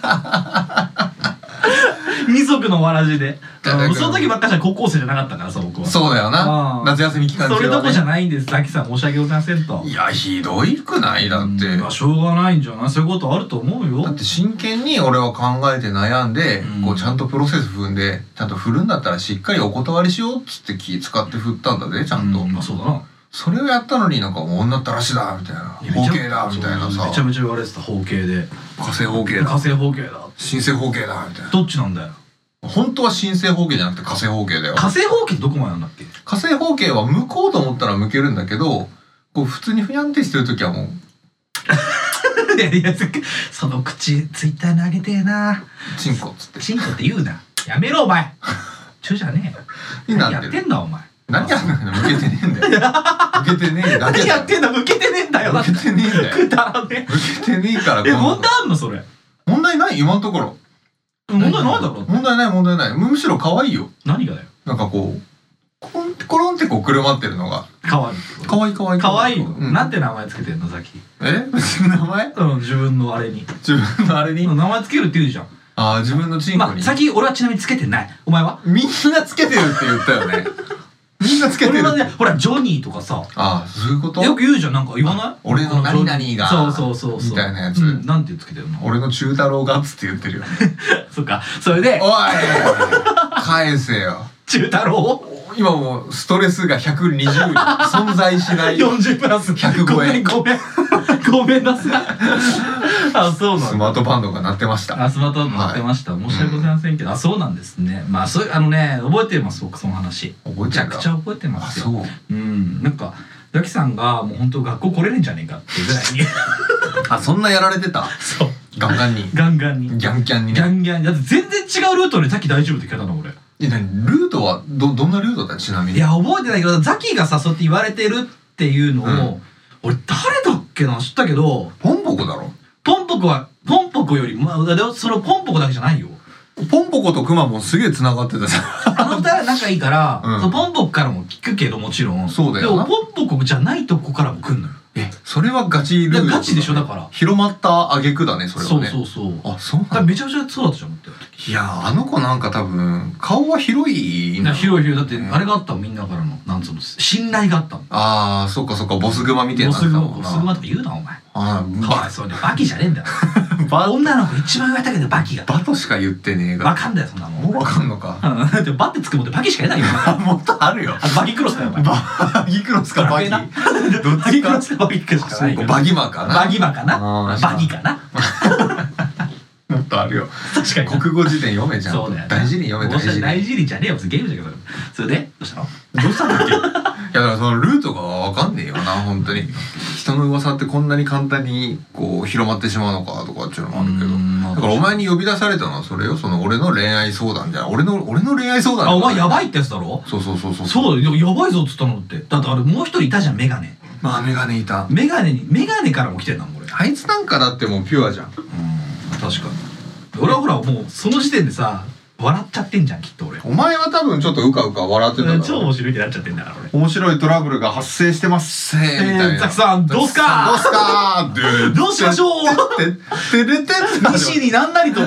二足のわらじで。その時ばっかじゃ高校生じゃなかったからさ、僕は。 そうだよな。夏休み期間中はね。 それどこじゃないんです。ザキさん申し訳ございませんと。 いや、ひどいくないだって。 しょうがないんじゃない。そういうことあると思うよ。 だって真剣に俺は考えて悩んで、こうちゃんとプロセス踏んで、ちゃんと振るんだったらしっかりお断りしようっつって気使って振ったんだぜ、ちゃんと。 まあそうだな。 それをやったのになんかもう女ったらしだみたいな、包茎だみたいなさ、 めちゃめちゃ言われてた。包茎で火星包茎だ、 火星包茎だ、 新生包茎だみたいな。 どっちなんだよ。 本当は新生包茎じゃなくて火星包茎だよ。 火星包茎どこまでなんだっけ。 火星包茎は剥こうと思ったら剥けるんだけど、こう普通にふにゃんってしてる時はもういやその口ツイッターにあげてえな。 チンコっつって。 チンコって言うな、やめろお前。チュじゃねえよ。何やってんだお前。 何やってんの。向けてねえんだよ。向けてねえだけだよ。 何やってんだ、向けてねえんだよ。 向けてねえんだよ。 くだらねえ。 向けてねえから。 問題あんのそれ。 問題ない今のところ。 問題ないだろ。 問題ない問題ない。むしろ可愛いよ。 何がだよ。 なんかこうコロンってこうくるまってるのが可愛い。 可愛い可愛い可愛いの。なんて名前つけてんのザキ。 別に名前？ 自分のあれに。 自分のあれに。 名前つけるって言うじゃん。 ああ、自分のチンコに。 さっき俺はちなみにつけてない。お前は？ みんなつけてるって言ったよね。みんなつけてる。 俺はね、ほらジョニーとかさ。 ああ、そういうこと？ よく言うじゃん、なんか言わない？ 俺の何々が。 そうみたいなやつ。 なんてつけてるの？ 俺の中太郎がっつって言ってるよ。 そっか、それで。 おい返せよ。 中太郎？ 今もうストレスが120に存在しない。 40プラス 105円。 ごめんなさい。あ、そうなんだ。 スマートバンドが鳴ってました。 あ、スマートバンド鳴ってました。申し訳ございませんけど、あ、そうなんですね。まあ、そういう、覚えてます、僕、その話。めちゃくちゃ覚えてますよ。なんか、ザキさんがもう本当学校来れるんじゃねえかっていうぐらいに。 あ、そんなやられてた？そう。ガンガンに。 ガンガンに。 ギャンギャンにね。 ギャンギャンに。だって全然違うルートでザキ大丈夫って聞かれたの、俺。 ルートはどんなルートだちなみに。 いや覚えてないけど、ザキが誘って言われてるっていうのを、俺誰だっけな、知ったけど。 ポンポコだろ。 ポンポコよりそのポンポコだけじゃないよ。 ポンポコとクマもすげえ繋がってたじゃん。 あの二人は仲いいから、そのポンポコからも聞くけどもちろん。 そうだよな。 でもポンポコじゃないとこからも来んのよ。 それはガチルート。 ガチでしょだから。 広まった挙句だね、それはね。 そう。 あ、そうなんだ。 めちゃめちゃそうだったじゃん、って。 いやあの子なんか多分顔は広いな。広いだってあれがあったもん、みんなからのなんつうの信頼があったもん。 ああ、そっかそっか、ボスグマみたいな。ボスグマとか言うなお前。 ああ、 かわいそうにバキじゃねえんだよ。女の子一番言われたけどバキが。 バとしか言ってねえが。 わかんだよそんなもん。 もうわかんのか。 だってバってつくもんってバキしか言えないよ。 もっとあるよ。 バギクロスだよお前。 バギクロスかバギ。どっちか。 バギクロスしかない。 バギマかな。 バギマかな。バギかな。 もっとあるよ。 確かに。 国語辞典読めじゃん。 そうだよ。 大事に読め。 大事にじゃねえよ。ゲームじゃけど。それでどうしたの？ どうしたんだっけ？いやだからそのルートがわかんねえよな本当に。人の噂ってこんなに簡単にこう広まってしまうのかとかっていうのもあるけど。だからお前に呼び出されたのはそれよ。その俺の恋愛相談じゃん。俺の恋愛相談。 あ、お前やばいってやつだろ？そう。そうだよ。やばいぞっつったのって。だってあれもう一人いたじゃんメガネ。 まあメガネいた。 メガネからも来てんだもん俺。 あいつなんかだってもうピュアじゃん。 確かに。俺はほらもうその時点でさ笑っちゃってんじゃんきっと俺。 お前は多分ちょっとうかうか笑ってたから。 超面白いってなっちゃってんだから俺。 面白いトラブルが発生してますみたいな。 ザキさんどうすか？どうしましょう？ てれて西になんなりと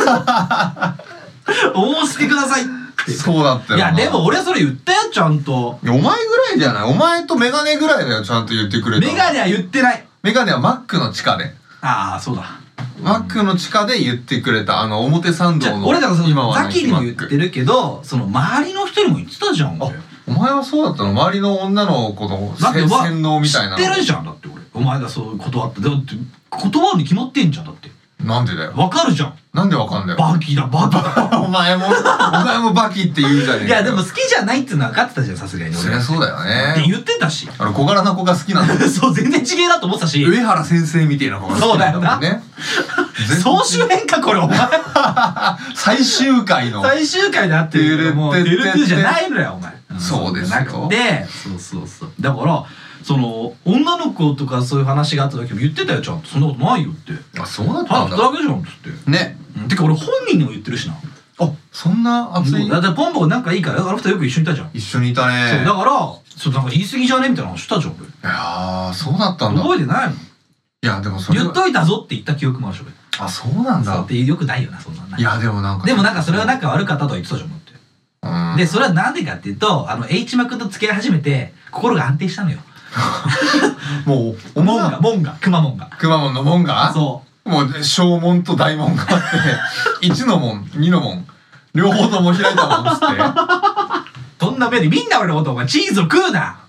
お申し付けください。 そうだったよ。 いやでも俺はそれ言ったよちゃんと。 お前ぐらいじゃない。お前とメガネぐらいだよちゃんと言ってくれた。 メガネは言ってない。 メガネはマックの地下で。 ああそうだ。 マックの地下で言ってくれた表参道の。 俺だからそのザキにも言ってるけどその周りの人にも言ってたじゃん。 お前はそうだったの？周りの女の子の洗脳みたいな。 知ってるじゃんだって俺。お前がそう断った。だって断るに決まってんじゃんだって。 なんでだよ。 わかるじゃん。 なんでわかんだよ。 バキだ。 お前もバキって言うじゃねえか。 いやでも好きじゃないっていうのは分かってたじゃんさすがに。 そりゃそうだよね。 って言ってたし。 小柄な子が好きなんだ。 そう全然違えなと思ってたし。 上原先生みたいな子が好きなんだもんね。 総集編かこれお前。 最終回の。 最終回であってもうテルトゥじゃないのよお前。 そうですよ。 なくてそう。だからその女の子とかそういう話があった時も言ってたよ、ちゃんと。そんなことないよって。 あ、そうだったんだ。 ただだけじゃんっつってね。 てか俺本人にも言ってるしな。 あ、そんな熱い。 だってポンポン仲いいから、あの二人よく一緒にいたじゃん。 一緒にいたね。 そうだからそうなんか言い過ぎじゃねみたいな話したじゃん俺。 いやー、そうだったんだ。 覚えてないの？ いや、でもそれ言っといたぞって言った記憶もあるし俺。 あ、そうなんだ。 ってよくないよな、そんなんな。 いや、でもなんかそれは仲悪かったとは言ってたじゃんって。でそれはなんでかっていうと、H マ君と付き合い始めて心が安定したのよ。 もうくまモンの門がそうもう小門と大門があって1の門2の門両方とも開いた門っつってそんな目でみんな俺のことお前チーズを食うな。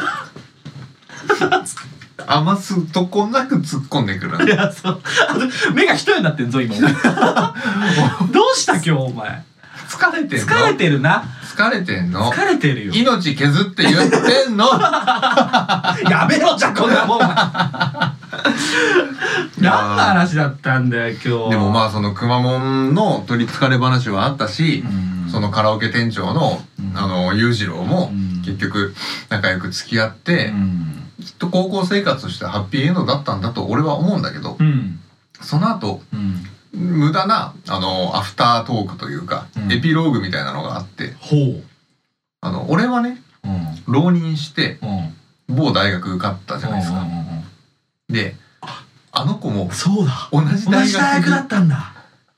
余すとこなく突っ込んでくる。 いやそう目が一重になってんぞ今。どうした今日お前。 疲れてんの？ 疲れてるな。 疲れてんの？ 疲れてるよ。 命削って言ってんの？ やめろじゃこんなもん。何の話だったんだよ今日。 でもまあそのくまモンの取りつかれ話はあったし、そのカラオケ店長の裕次郎も結局仲良く付き合って、きっと高校生活としてハッピーエンドだったんだと俺は思うんだけど、その後無駄なアフタートークというか、エピローグみたいなのがあって、俺はね、浪人して某大学受かったじゃないですか。であの子もそうだ同じ大学だったんだ。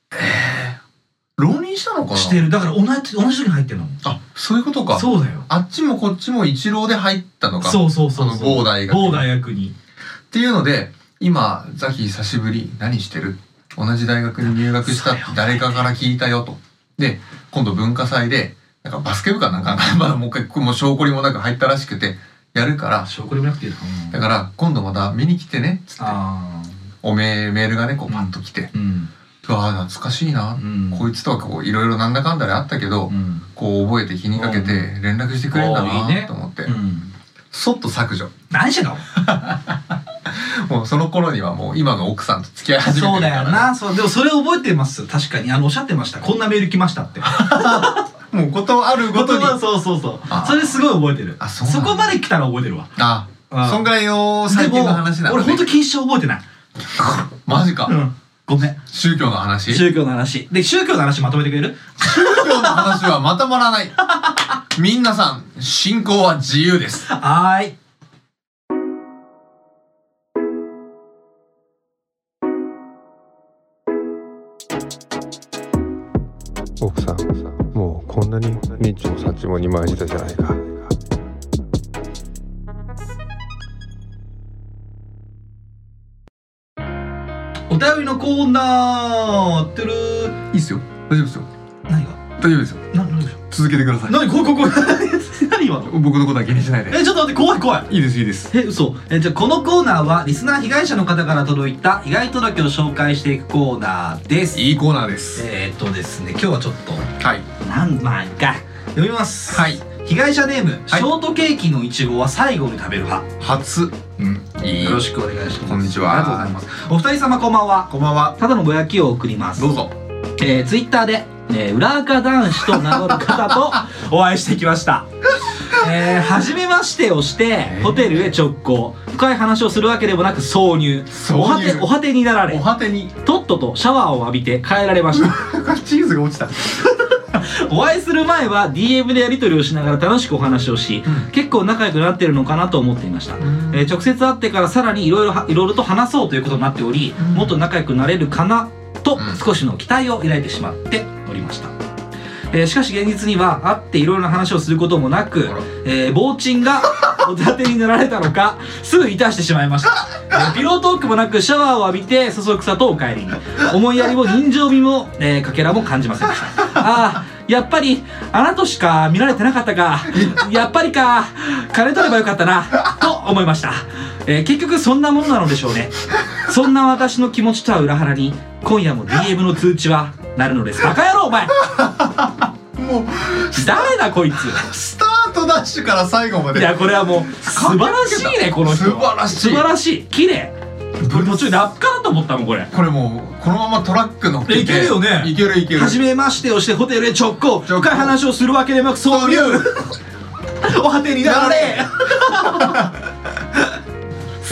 浪人したのかな。 してる。だから同じ時に入ってるの。 あ、そういうことか。 そうだよ。 あっちもこっちも一浪で入ったのか。 そう某大学にっていうので、今ザヒ久しぶり何してる、同じ大学に入学したって誰かから聞いたよと。で今度文化祭でなんかバスケ部かなんかまだもう一回もう証拠りもなく入ったらしくてやるから、 証拠りもなくていいだから今度また見に来てねっつっておメールがねこうパッと来て、ああ懐かしいな、こいつとはこういろいろなんだかんだであったけど、こう覚えて気にかけて連絡してくれるんだなと思って、そっと削除。 何してんの？ もうその頃にはもう今の奥さんと付き合い始めてるから、ね、 そうだよな。そうでもそれ覚えてます。確かにおっしゃってました。こんなメール来ましたって。 もうことあるごとに。 そうそれすごい覚えてる。そこまで来たら覚えてるわ。 そんぐらいの最近の話なんだね。 俺ほんと禁止覚えてない。 マジか。 ごめん。 宗教の話で、宗教の話まとめてくれる？ 宗教の話はまとまらない。皆さん信仰は自由です。 はーい。 奥さん、もうこんなにニッチもサッチも二枚舌じゃないか。 お便りのコーナーってる。 いいっすよ。大丈夫ですよ。 何が？ 大丈夫ですよ。 何でしょう。 続けてください。 何これ何今の？ 僕のことは気にしないで。 ちょっと待って、怖い。 いいです。 嘘。じゃあこのコーナーはリスナー被害者の方から届いた被害届を紹介していくコーナーです。 いいコーナーです。 ですね、今日はちょっとはいまあいいか読みます。 はい。 被害者ネーム、ショートケーキのいちごは最後に食べる派。 初。いい。 よろしくお願いします。 こんにちは。 ありがとうございます。お二人様こんばんは。 こんばんは。 ただのぼやきを送ります。 どうぞ。 ツイッターで、裏垢男子と名乗る方とお会いしてきました。初めましてをしてホテルへ直行。深い話をするわけでもなく挿入。お果てになられ、とっととシャワーを浴びて帰られました。 チーズが落ちた。 お会いする前は DM でやり取りをしながら楽しくお話をし、結構仲良くなってるのかなと思っていました。直接会ってからさらにいろいろと話そうということになっており、もっと仲良くなれるかなと少しの期待を抱いてしまっておりました。しかし現実には会っていろいろな話をすることもなく、傍鎮がお立てになられたのかすぐいたしてしまいました。ピロートークもなくシャワーを浴びてそそくさとお帰りに。思いやりも人情味も、かけらも感じませんでした。やっぱりあなたしか見られてなかったか。やっぱりか、金取ればよかったなと思いました。結局そんなものなのでしょうね。そんな私の気持ちとは裏腹に今夜も DM の通知はなるのです。バカ野郎お前。 もう誰だこいつ。 スタートダッシュから最後まで。 いやこれはもう素晴らしいねこの人。素晴らしい。綺麗。途中ラップかなと思ったもんこれ。 これもうこのままトラック乗っけていけるよね。 いける。 初めましてをしてホテルへ直行。深い話をするわけでもなく挿入。お果てになられ。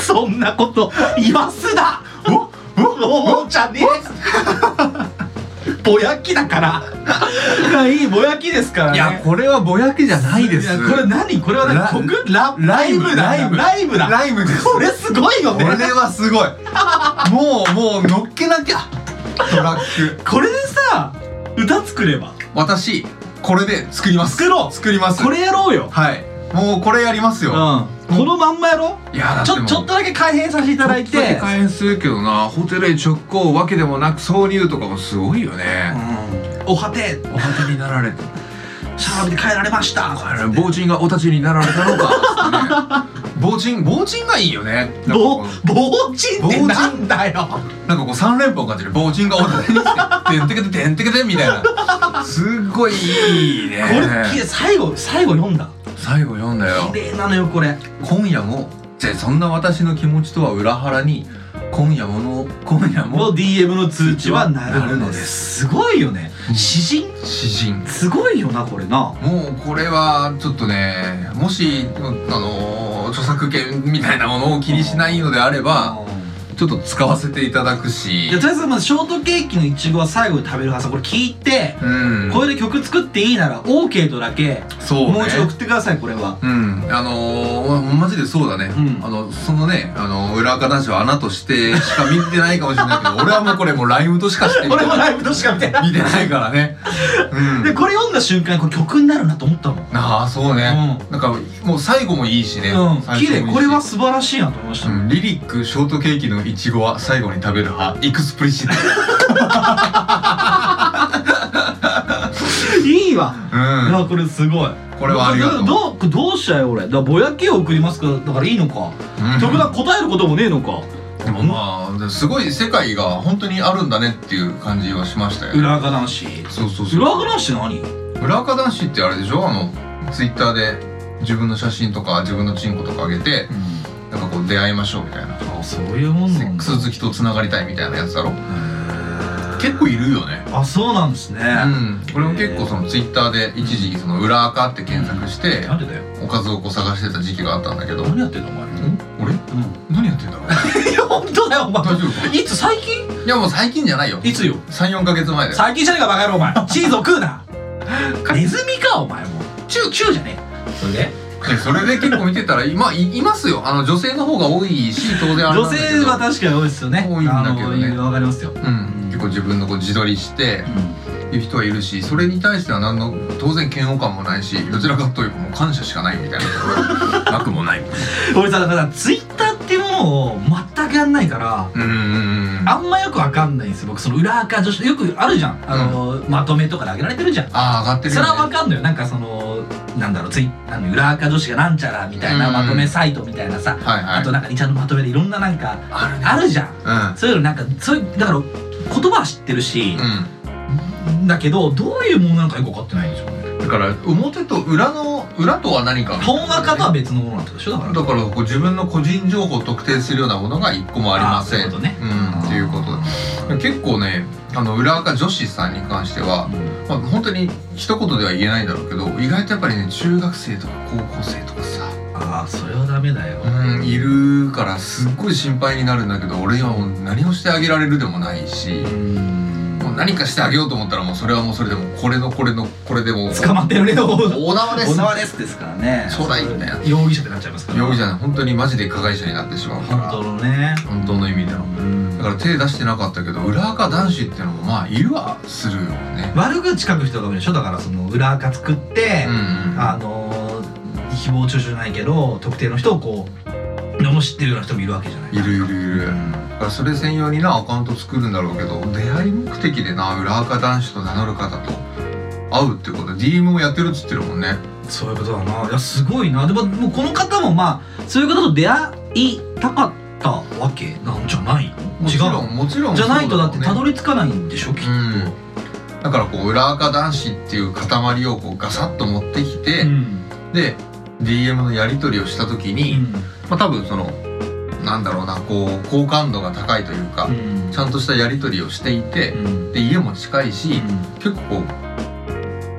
そんなこと言わすな。おじゃねえ。ぼやきだからいいぼやきですからね。 いやこれはぼやきじゃないです。 いやこれ何これは何ライブだライブです。 これすごいよね。 これはすごい。もう乗っけなきゃトラック。 これでさ歌作れば私これで作ります。作ります。 これやろうよ。 はい、もうこれやりますよ。 このまんまやろ。 いやちょっとだけ改変させていただいて。 ちょっとだけ改変するけどな、ホテルへ直行わけでもなく挿入とかもすごいよね。 おはてになられてシャワーで帰られました。 傍人がお立ちになられたのか。傍人がいいよね。 傍人ってなんだよ。 なんかこう3連符を感じる。傍人がお立ちにしててんてけててんてけてみたいな。すっごいいいね。 これ最後読んだ。 最後読んだよ。 綺麗なのよこれ。 今夜もそんな私の気持ちとは裏腹に今夜も DM の通知は鳴るのです。すごいよね。詩人すごいよなこれな。 もうこれはちょっとね、もし著作権みたいなものを気にしないのであればちょっと使わせていただくし。 とりあえずまずショートケーキのいちごは最後に食べるはず。これ聞いてこれで曲作っていいなら OK とだけもう一度送ってください。これはマジでそうだね。そのね裏垢男子は穴としてしか見てないかもしれないけど俺はもうこれもうライブとしかして俺もライブとしか見てないからね。 でこれ読んだ瞬間これ曲になるなと思ったもん。 ああそうね。なんかもう最後もいいしね。 綺麗。これは素晴らしいなと思いました。 リリックショートケーキのいちごは最後に食べる派エクスプリシット。 いいわ。いやこれすごい。 これはありがとう。 どうしたよ俺。だからぼやきを送りますかだからいいのか。特段答えることもねえのか。 でもまあすごい世界が本当にあるんだねっていう感じはしましたよ。 裏垢男子。 そう裏垢男子何？ 裏垢男子ってあれでしょ。ツイッターで自分の写真とか自分のチンコとか上げてなんかこう出会いましょうみたいな。 そういうもんなんだ。 セックス好きとつながりたいみたいなやつだろ。結構いるよね。 あ、そうなんですね。 これも結構そのツイッターで一時期その裏垢って検索しておかずをこう探してた時期があったんだけど。 何やってんのお前。 俺？何やってんだろう。 いや本当だよお前。 大丈夫か？ いつ最近？ いやもう最近じゃないよ。 いつよ ？3、4ヶ月前だよ。 最近じゃねえかバカ野郎お前。チーズを食うな。ネズミかお前も。チューじゃねえ。 それで結構見てたらいますよ。女性の方が多いし当然女性は確かに多いですよね。 多いんだけどね。 わかりますよ。 結構自分のこう自撮りしていう人はいるし、それに対しては何の当然嫌悪感もないし、どちらかというともう感謝しかないみたいなところなくもない。 俺さだからツイッターっていうものを全くやんないからあんまよくわかんないんですよ。僕その裏垢女子よくあるじゃん。まとめとかで上げられてるじゃん。 上がってるよね。 それはわかんのよ。なんかそのなんだろう裏垢女子がなんちゃらみたいなまとめサイトみたいなさ、あとなんか2ちゃんのまとめでいろんななんかあるじゃん。そういうのなんかだから言葉は知ってるしだけどどういうものなのかよく分かってないんですよね。 だから表と裏とは何か。 本垢とは別のものなんでしょ。だからこう自分の個人情報を特定するようなものが一個もありませんっていうこと。結構ね裏垢女子さんに関しては本当に一言では言えないんだろうけど、意外とやっぱりね中学生とか高校生とかさそれはダメだよ。 いるからすっごい心配になるんだけど、俺はもう何をしてあげられるでもないし、もう何かしてあげようと思ったらもうそれはもうそれでもこれでも捕まってるね。 お縄です。 お縄ですからね。 将来みたいな容疑者ってなっちゃいますから。 容疑者ね。本当にマジで加害者になってしまうから。本当の意味での。だから手出してなかったけど裏垢男子っていうのもまあいるはするよね。 悪口書く人がいるでしょ。だからその裏垢作って誹謗中傷じゃないけど特定の人をこう知ってるような人もいるわけじゃない。 いる。だからそれ専用にアカウント作るんだろうけど、出会い目的で裏垢男子と名乗る方と会うってことで DM もやってるっつってるもんね。 そういうことだな。いやすごいな。でももうこの方もそういう方と出会いたかったわけなんじゃないの？ もちろんじゃないとだってたどり着かないんでしょきっと。 だから裏垢男子っていう塊をこうガサッと持ってきて、で DM のやり取りをした時に多分そのなんだろうなこう好感度が高いというかちゃんとしたやり取りをしていて、で家も近いし結構こう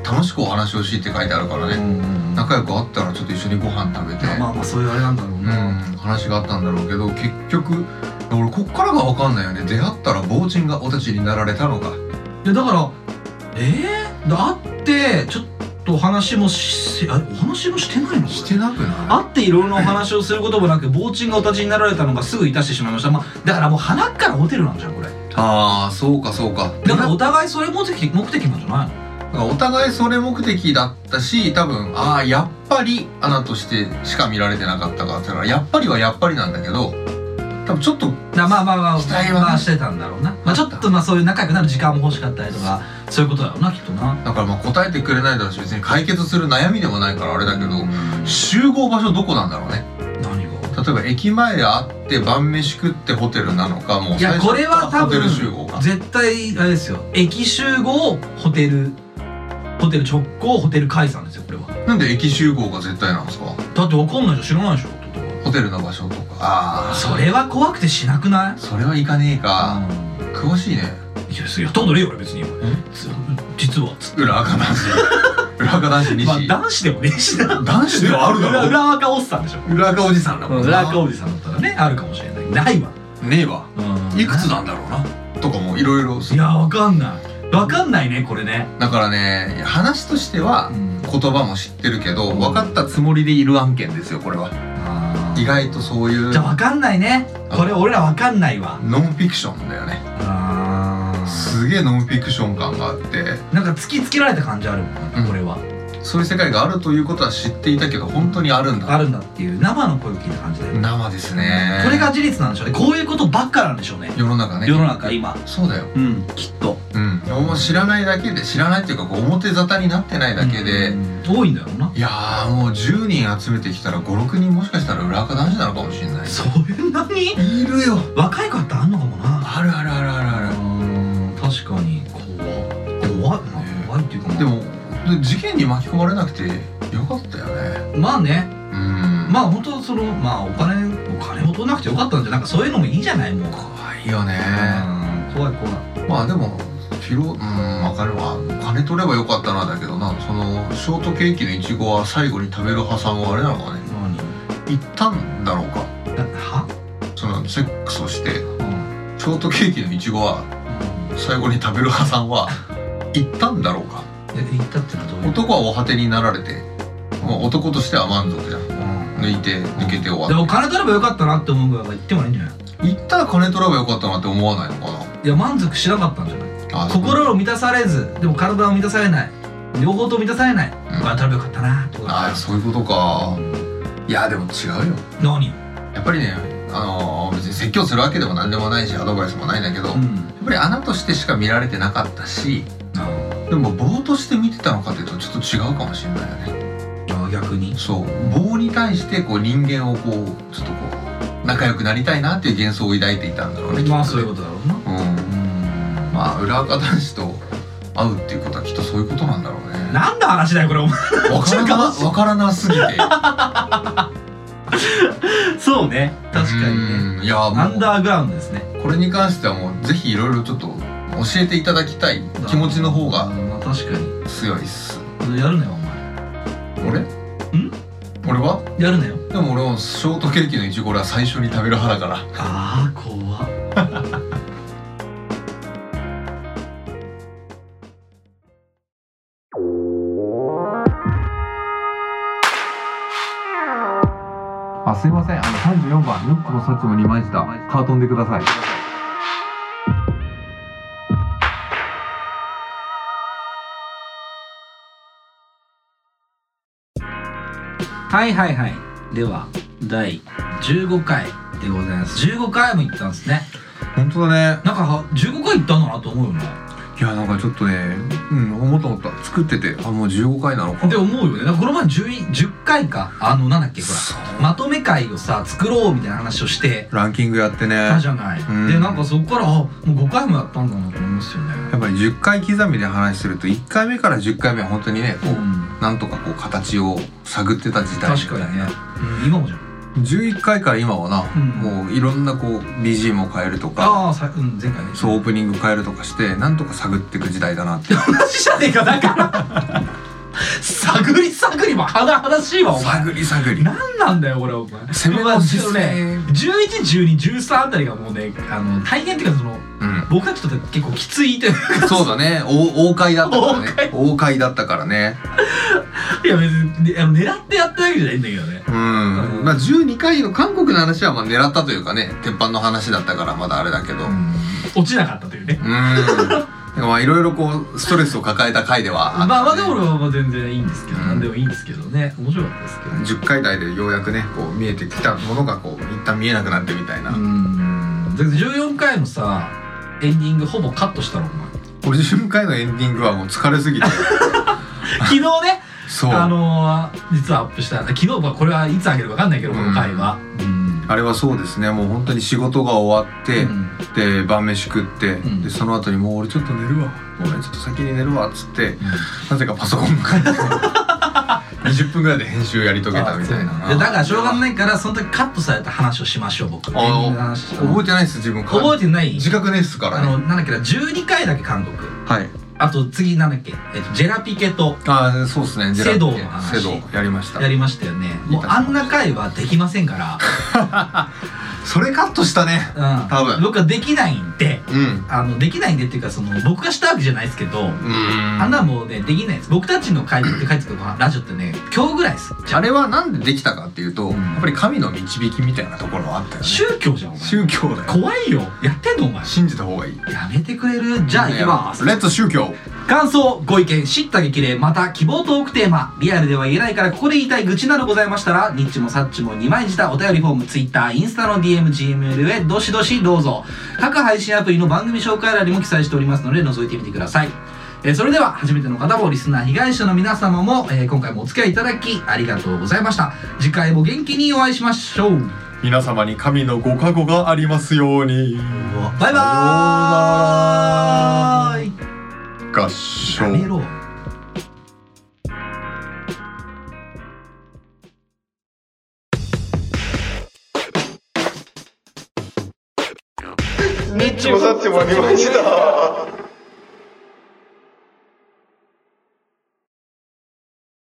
楽しくお話をしって書いてあるからね、仲良く会ったらちょっと一緒にご飯食べて、 まあまあそういうあれなんだろうな、 話があったんだろうけど、結局俺こっからが分かんないよね。出会ったら坊ちんがお立ちになられたのか。 いやだから会ってちょっとお話もしてないの？ してなくない？ 会っていろいろなお話をすることもなく坊ちんがお立ちになられたのがすぐいたしてしまいました。まあだからもう鼻からホテルなんじゃんこれ。 ああそうかそうか。 だからお互いそれ目的なんじゃないの？ お互いそれ目的だったし、多分やっぱりアナとしてしか見られてなかったかって言ったら、やっぱりはやっぱりなんだけど、多分ちょっとまあしてたんだろうな。まあちょっとそういう仲良くなる時間も欲しかったりとか、そういうことだろうなきっとな。 だから答えてくれないだろうし、別に解決する悩みでもないからあれだけど、集合場所どこなんだろうね。 何が？ 例えば駅前で会って晩飯食ってホテルなのか、もう最初からホテル集合か。 絶対あれですよ。駅集合ホテル直行ホテル解散ですよこれは。 なんで駅集合が絶対なんですか？ だって分かんないじゃん、知らないでしょホテルの場所とか。 それは怖くてしなくない？ それは行かねえか。詳しいね。 いややったことねえよ俺別に。実は裏垢男子裏垢男子西。 まあ男子でもねえしな。 男子ではあるだろ。 裏垢おっさんでしょ。 裏垢おじさんだもんな。 裏垢おじさんだったらねあるかもしれない。ないわ。 ねえわ。いくつなんだろうなとかもいろいろ。 いや分かんないねこれね。 だからね、話としては言葉も知ってるけど、分かったつもりでいる案件ですよこれは。意外とそういう。 じゃあ分かんないねこれ。俺ら分かんないわ。 ノンフィクションだよね。すげえノンフィクション感があって、 なんか突きつけられた感じあるもんこれは。 そういう世界があるということは知っていたけど、本当にあるんだっていう生の声を聞いた感じだよ。 生ですね。 これが事実なんでしょうね。こういうことばっかなんでしょうね世の中ね。 世の中今。 そうだよ。 きっと。 もう知らないだけで、知らないっていうか表沙汰になってないだけで多いんだろうな。 いやーもう10人集めてきたら5、6人もしかしたら裏垢男子なのかもしれない。 そんなにいるよ。 若い子ってあんのかもな。 ある。 確かに怖いっていうか。 でも事件に巻き込まれなくてよかったよね。 まあね。まあ本当お金を取らなくてよかったんじゃ、なんかそういうのもいいじゃない。もう怖いよね。 怖い。 まあでも分かるわ。金取ればよかったなだけどな。そのショートケーキのイチゴは最後に食べる破産はあれなのかね。言ったんだろうか。そのセックスをしてショートケーキのイチゴは最後に食べる破産は言ったんだろうか。 言ったってのはどういう。 男はお果てになられて、もう男としては満足じゃん。抜けて終わって。 でも金取ればよかったなって思うぐらいは言ってもいいんじゃない？ 言ったら金取ればよかったなって思わないのかな。 いや満足しなかったんじゃない？心を満たされず、でも体を満たされない、両方と満たされない。金取ればよかったなとか。 そういうことか。いやでも違うよ。 何？ やっぱりね、別に説教するわけでも何でもないしアドバイスもないんだけど、やっぱり穴としてしか見られてなかったし、でも棒として見てたのかというとちょっと違うかもしれないよね。 逆に。 そう、棒に対して人間をちょっと仲良くなりたいなっていう幻想を抱いていたんだろうね。 まあそういうことだろうな。 まあ裏垢男子と会うっていうことはきっとそういうことなんだろうね。 何の話だよこれお前。 わからなすぎて。 そうね、確かにね。いやアンダーグラウンドですね。 これに関してはもうぜひいろいろちょっと教えていただきたい気持ちの方が確かに強いっす。 やるなよお前。 俺はやるなよ。 でも俺はショートケーキのイチゴは最初に食べる派だから。 怖っ。 すいません、34番ヌックもサッチも2枚舌カートンでください。 はいでは第15回でございます。15回も行ったんですね。 本当だね。 なんか15回行ったんだなと思うよね。 いやなんかちょっとね、思った作っててもう15回なのかって思うよね。なんかこの前10回かなんだっけ、ほらまとめ会をさ作ろうみたいな話をしてランキングやってねたじゃない。でなんかそこからもう5回もやったんだなと思いますよね。 やっぱり10回刻みで話すると1回目から10回目は本当にねなんとか形を探ってた時代。 確かにね。今もじゃん。 11回から今はな、もういろんなBGM を変えるとか、 前回ね、 そうオープニング変えるとかしてなんとか探っていく時代だなって。 同じじゃねえかだから。 探り探りも甚しいわお前。 探り探り。 なんなんだよこれお前。 攻めの姿勢ね、11、12、13あたりがもうね大変っていうか僕たちとって結構きついというか。 そうだね。大会だったからね。大会だったからね。 いや別に狙ってやったわけじゃないんだけどね。 まあ12回の韓国の話はまあ狙ったというかね、鉄板の話だったからまだあれだけど、 落ちなかったというね。 まあいろいろこうストレスを抱えた回ではあったね。 まあでも俺は全然いいんですけど、なんでもいいんですけどね、面白かったですけど。 10回台でようやくねこう見えてきたものがこう一旦見えなくなってみたいな。 14回のさエンディングほぼカットしたのお前。 俺14回のエンディングはもう疲れすぎて昨日ね、 そう実はアップした昨日はこれはいつあげるか分かんないけどこの回は。 あれはそうですね、もう本当に仕事が終わって、で晩飯食って、でその後にもう俺ちょっと寝るわ、ごめんちょっと先に寝るわっつって、なぜかパソコン向かって20分ぐらいで編集やり遂げたみたいな。 だからしょうがないからその時カットされた話をしましょう。僕覚えてないです自分。 覚えてない。 自覚ないっすからね。 なんだっけな、12回だけ韓国。 はい。 あと次なんだっけ、ジェラピケとそうですね、 セドの話セドやりましたよね。もうあんな回はできませんからそれカットしたね、多分。 僕はできないんで、できないんでっていうか僕がしたわけじゃないですけど、あんなもうねできないです。僕たちの回って書いてるラジオってね今日ぐらいです。 あれはなんでできたかっていうと、やっぱり神の導きみたいなところはあったよね。 宗教じゃんお前。 宗教だよ。 怖いよ、やってんのお前。 信じた方がいい。 やめてくれる。じゃあ行きます。 レッツ宗教。 感想、ご意見、知った激励、また希望トークテーマ、リアルでは言えないからここで言いたい愚痴などございましたら、ニッチもサッチも二枚舌お便りフォーム、Twitter、インスタの DM、Gmail へどしどしどうぞ。各配信アプリの番組紹介欄にも記載しておりますので覗いてみてください。それでは初めての方もリスナー被害者の皆様も、今回もお付き合いいただきありがとうございました。次回も元気にお会いしましょう。 皆様に神のご加護がありますように。 バイバーイ。 合唱。 やめろ。 ニッチもサッチもありました。